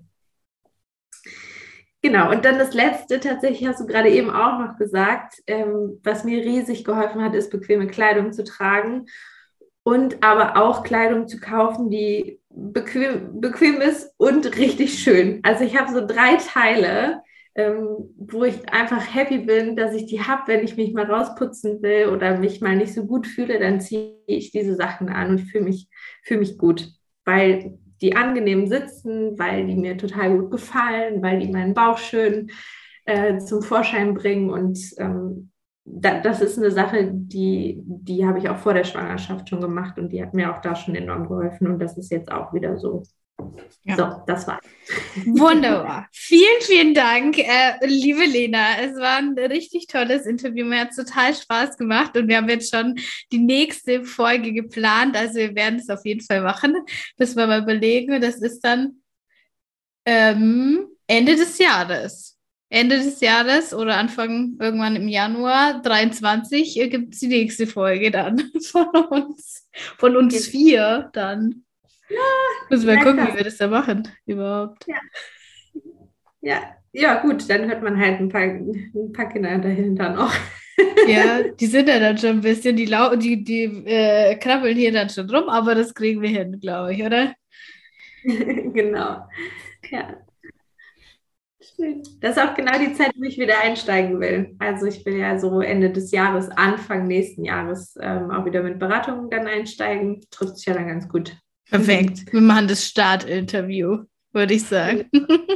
Genau, und dann das Letzte, tatsächlich hast du gerade eben auch noch gesagt, ähm, was mir riesig geholfen hat, ist bequeme Kleidung zu tragen und aber auch Kleidung zu kaufen, die bequem, bequem ist und richtig schön. Also ich habe so drei Teile, ähm, wo ich einfach happy bin, dass ich die habe, wenn ich mich mal rausputzen will oder mich mal nicht so gut fühle, dann ziehe ich diese Sachen an und fühle mich, fühle mich gut, weil die angenehm sitzen, weil die mir total gut gefallen, weil die meinen Bauch schön äh, zum Vorschein bringen und ähm, da, das ist eine Sache, die, die habe ich auch vor der Schwangerschaft schon gemacht und die hat mir auch da schon enorm geholfen und das ist jetzt auch wieder so. Ja. So, das war's. Wunderbar. Vielen, vielen Dank, äh, liebe Lena. Es war ein richtig tolles Interview. Mir hat es total Spaß gemacht und wir haben jetzt schon die nächste Folge geplant. Also wir werden es auf jeden Fall machen. Müssen wir mal überlegen. Das ist dann ähm, Ende des Jahres. Ende des Jahres oder Anfang irgendwann im Januar dreiundzwanzig gibt es die nächste Folge dann von uns. Von uns okay. vier dann. Ja, müssen wir ja, gucken, krass. Wie wir das da machen überhaupt. Ja. Ja. Ja, gut, dann hört man halt ein paar, ein paar Kinder dahinter noch. Ja, die sind ja dann schon ein bisschen, die, lau- die, die äh, krabbeln hier dann schon rum, aber das kriegen wir hin, glaube ich, oder? Genau. Ja. Schön. Das ist auch genau die Zeit, wo ich wieder einsteigen will. Also ich will ja so Ende des Jahres, Anfang nächsten Jahres ähm, auch wieder mit Beratungen dann einsteigen. Trifft sich ja dann ganz gut. Perfekt. Wir machen das Startinterview, würde ich sagen.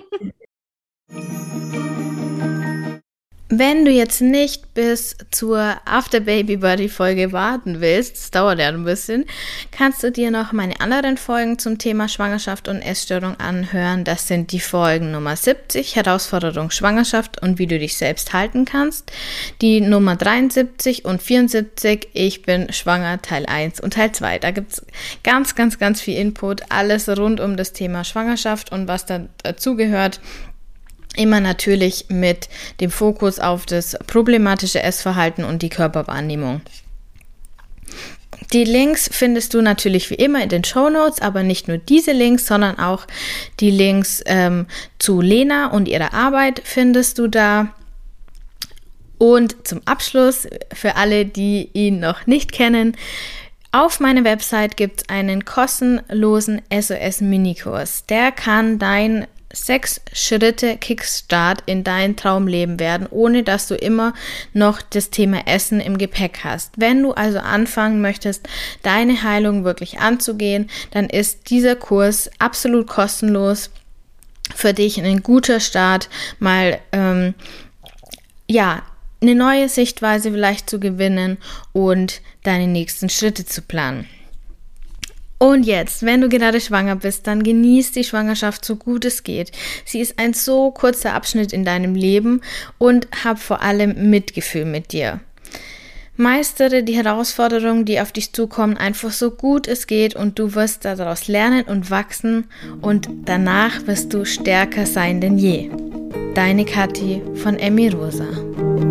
Wenn du jetzt nicht bis zur After Baby Buddy Folge warten willst, das dauert ja ein bisschen, kannst du dir noch meine anderen Folgen zum Thema Schwangerschaft und Essstörung anhören. Das sind die Folgen Nummer siebzig, Herausforderung Schwangerschaft und wie du dich selbst halten kannst. Die Nummer dreiundsiebzig und vierundsiebzig, ich bin schwanger, Teil eins und Teil zwei. Da gibt es ganz, ganz, ganz viel Input, alles rund um das Thema Schwangerschaft und was da dazugehört. Immer natürlich mit dem Fokus auf das problematische Essverhalten und die Körperwahrnehmung. Die Links findest du natürlich wie immer in den Shownotes, aber nicht nur diese Links, sondern auch die Links ähm, zu Lena und ihrer Arbeit findest du da. Und zum Abschluss, für alle, die ihn noch nicht kennen, Auf meiner Website gibt es einen kostenlosen S O S-Minikurs. Der kann dein sechs Schritte Kickstart in dein Traumleben werden, ohne dass du immer noch das Thema Essen im Gepäck hast. Wenn du also anfangen möchtest, deine Heilung wirklich anzugehen, dann ist dieser Kurs absolut kostenlos für dich ein guter Start, mal ähm, ja eine neue Sichtweise vielleicht zu gewinnen und deine nächsten Schritte zu planen. Und jetzt, wenn du gerade schwanger bist, dann genieß die Schwangerschaft so gut es geht. Sie ist ein so kurzer Abschnitt in deinem Leben und hab vor allem Mitgefühl mit dir. Meistere die Herausforderungen, die auf dich zukommen, einfach so gut es geht und du wirst daraus lernen und wachsen und danach wirst du stärker sein denn je. Deine Kathi von Emmy Rosa.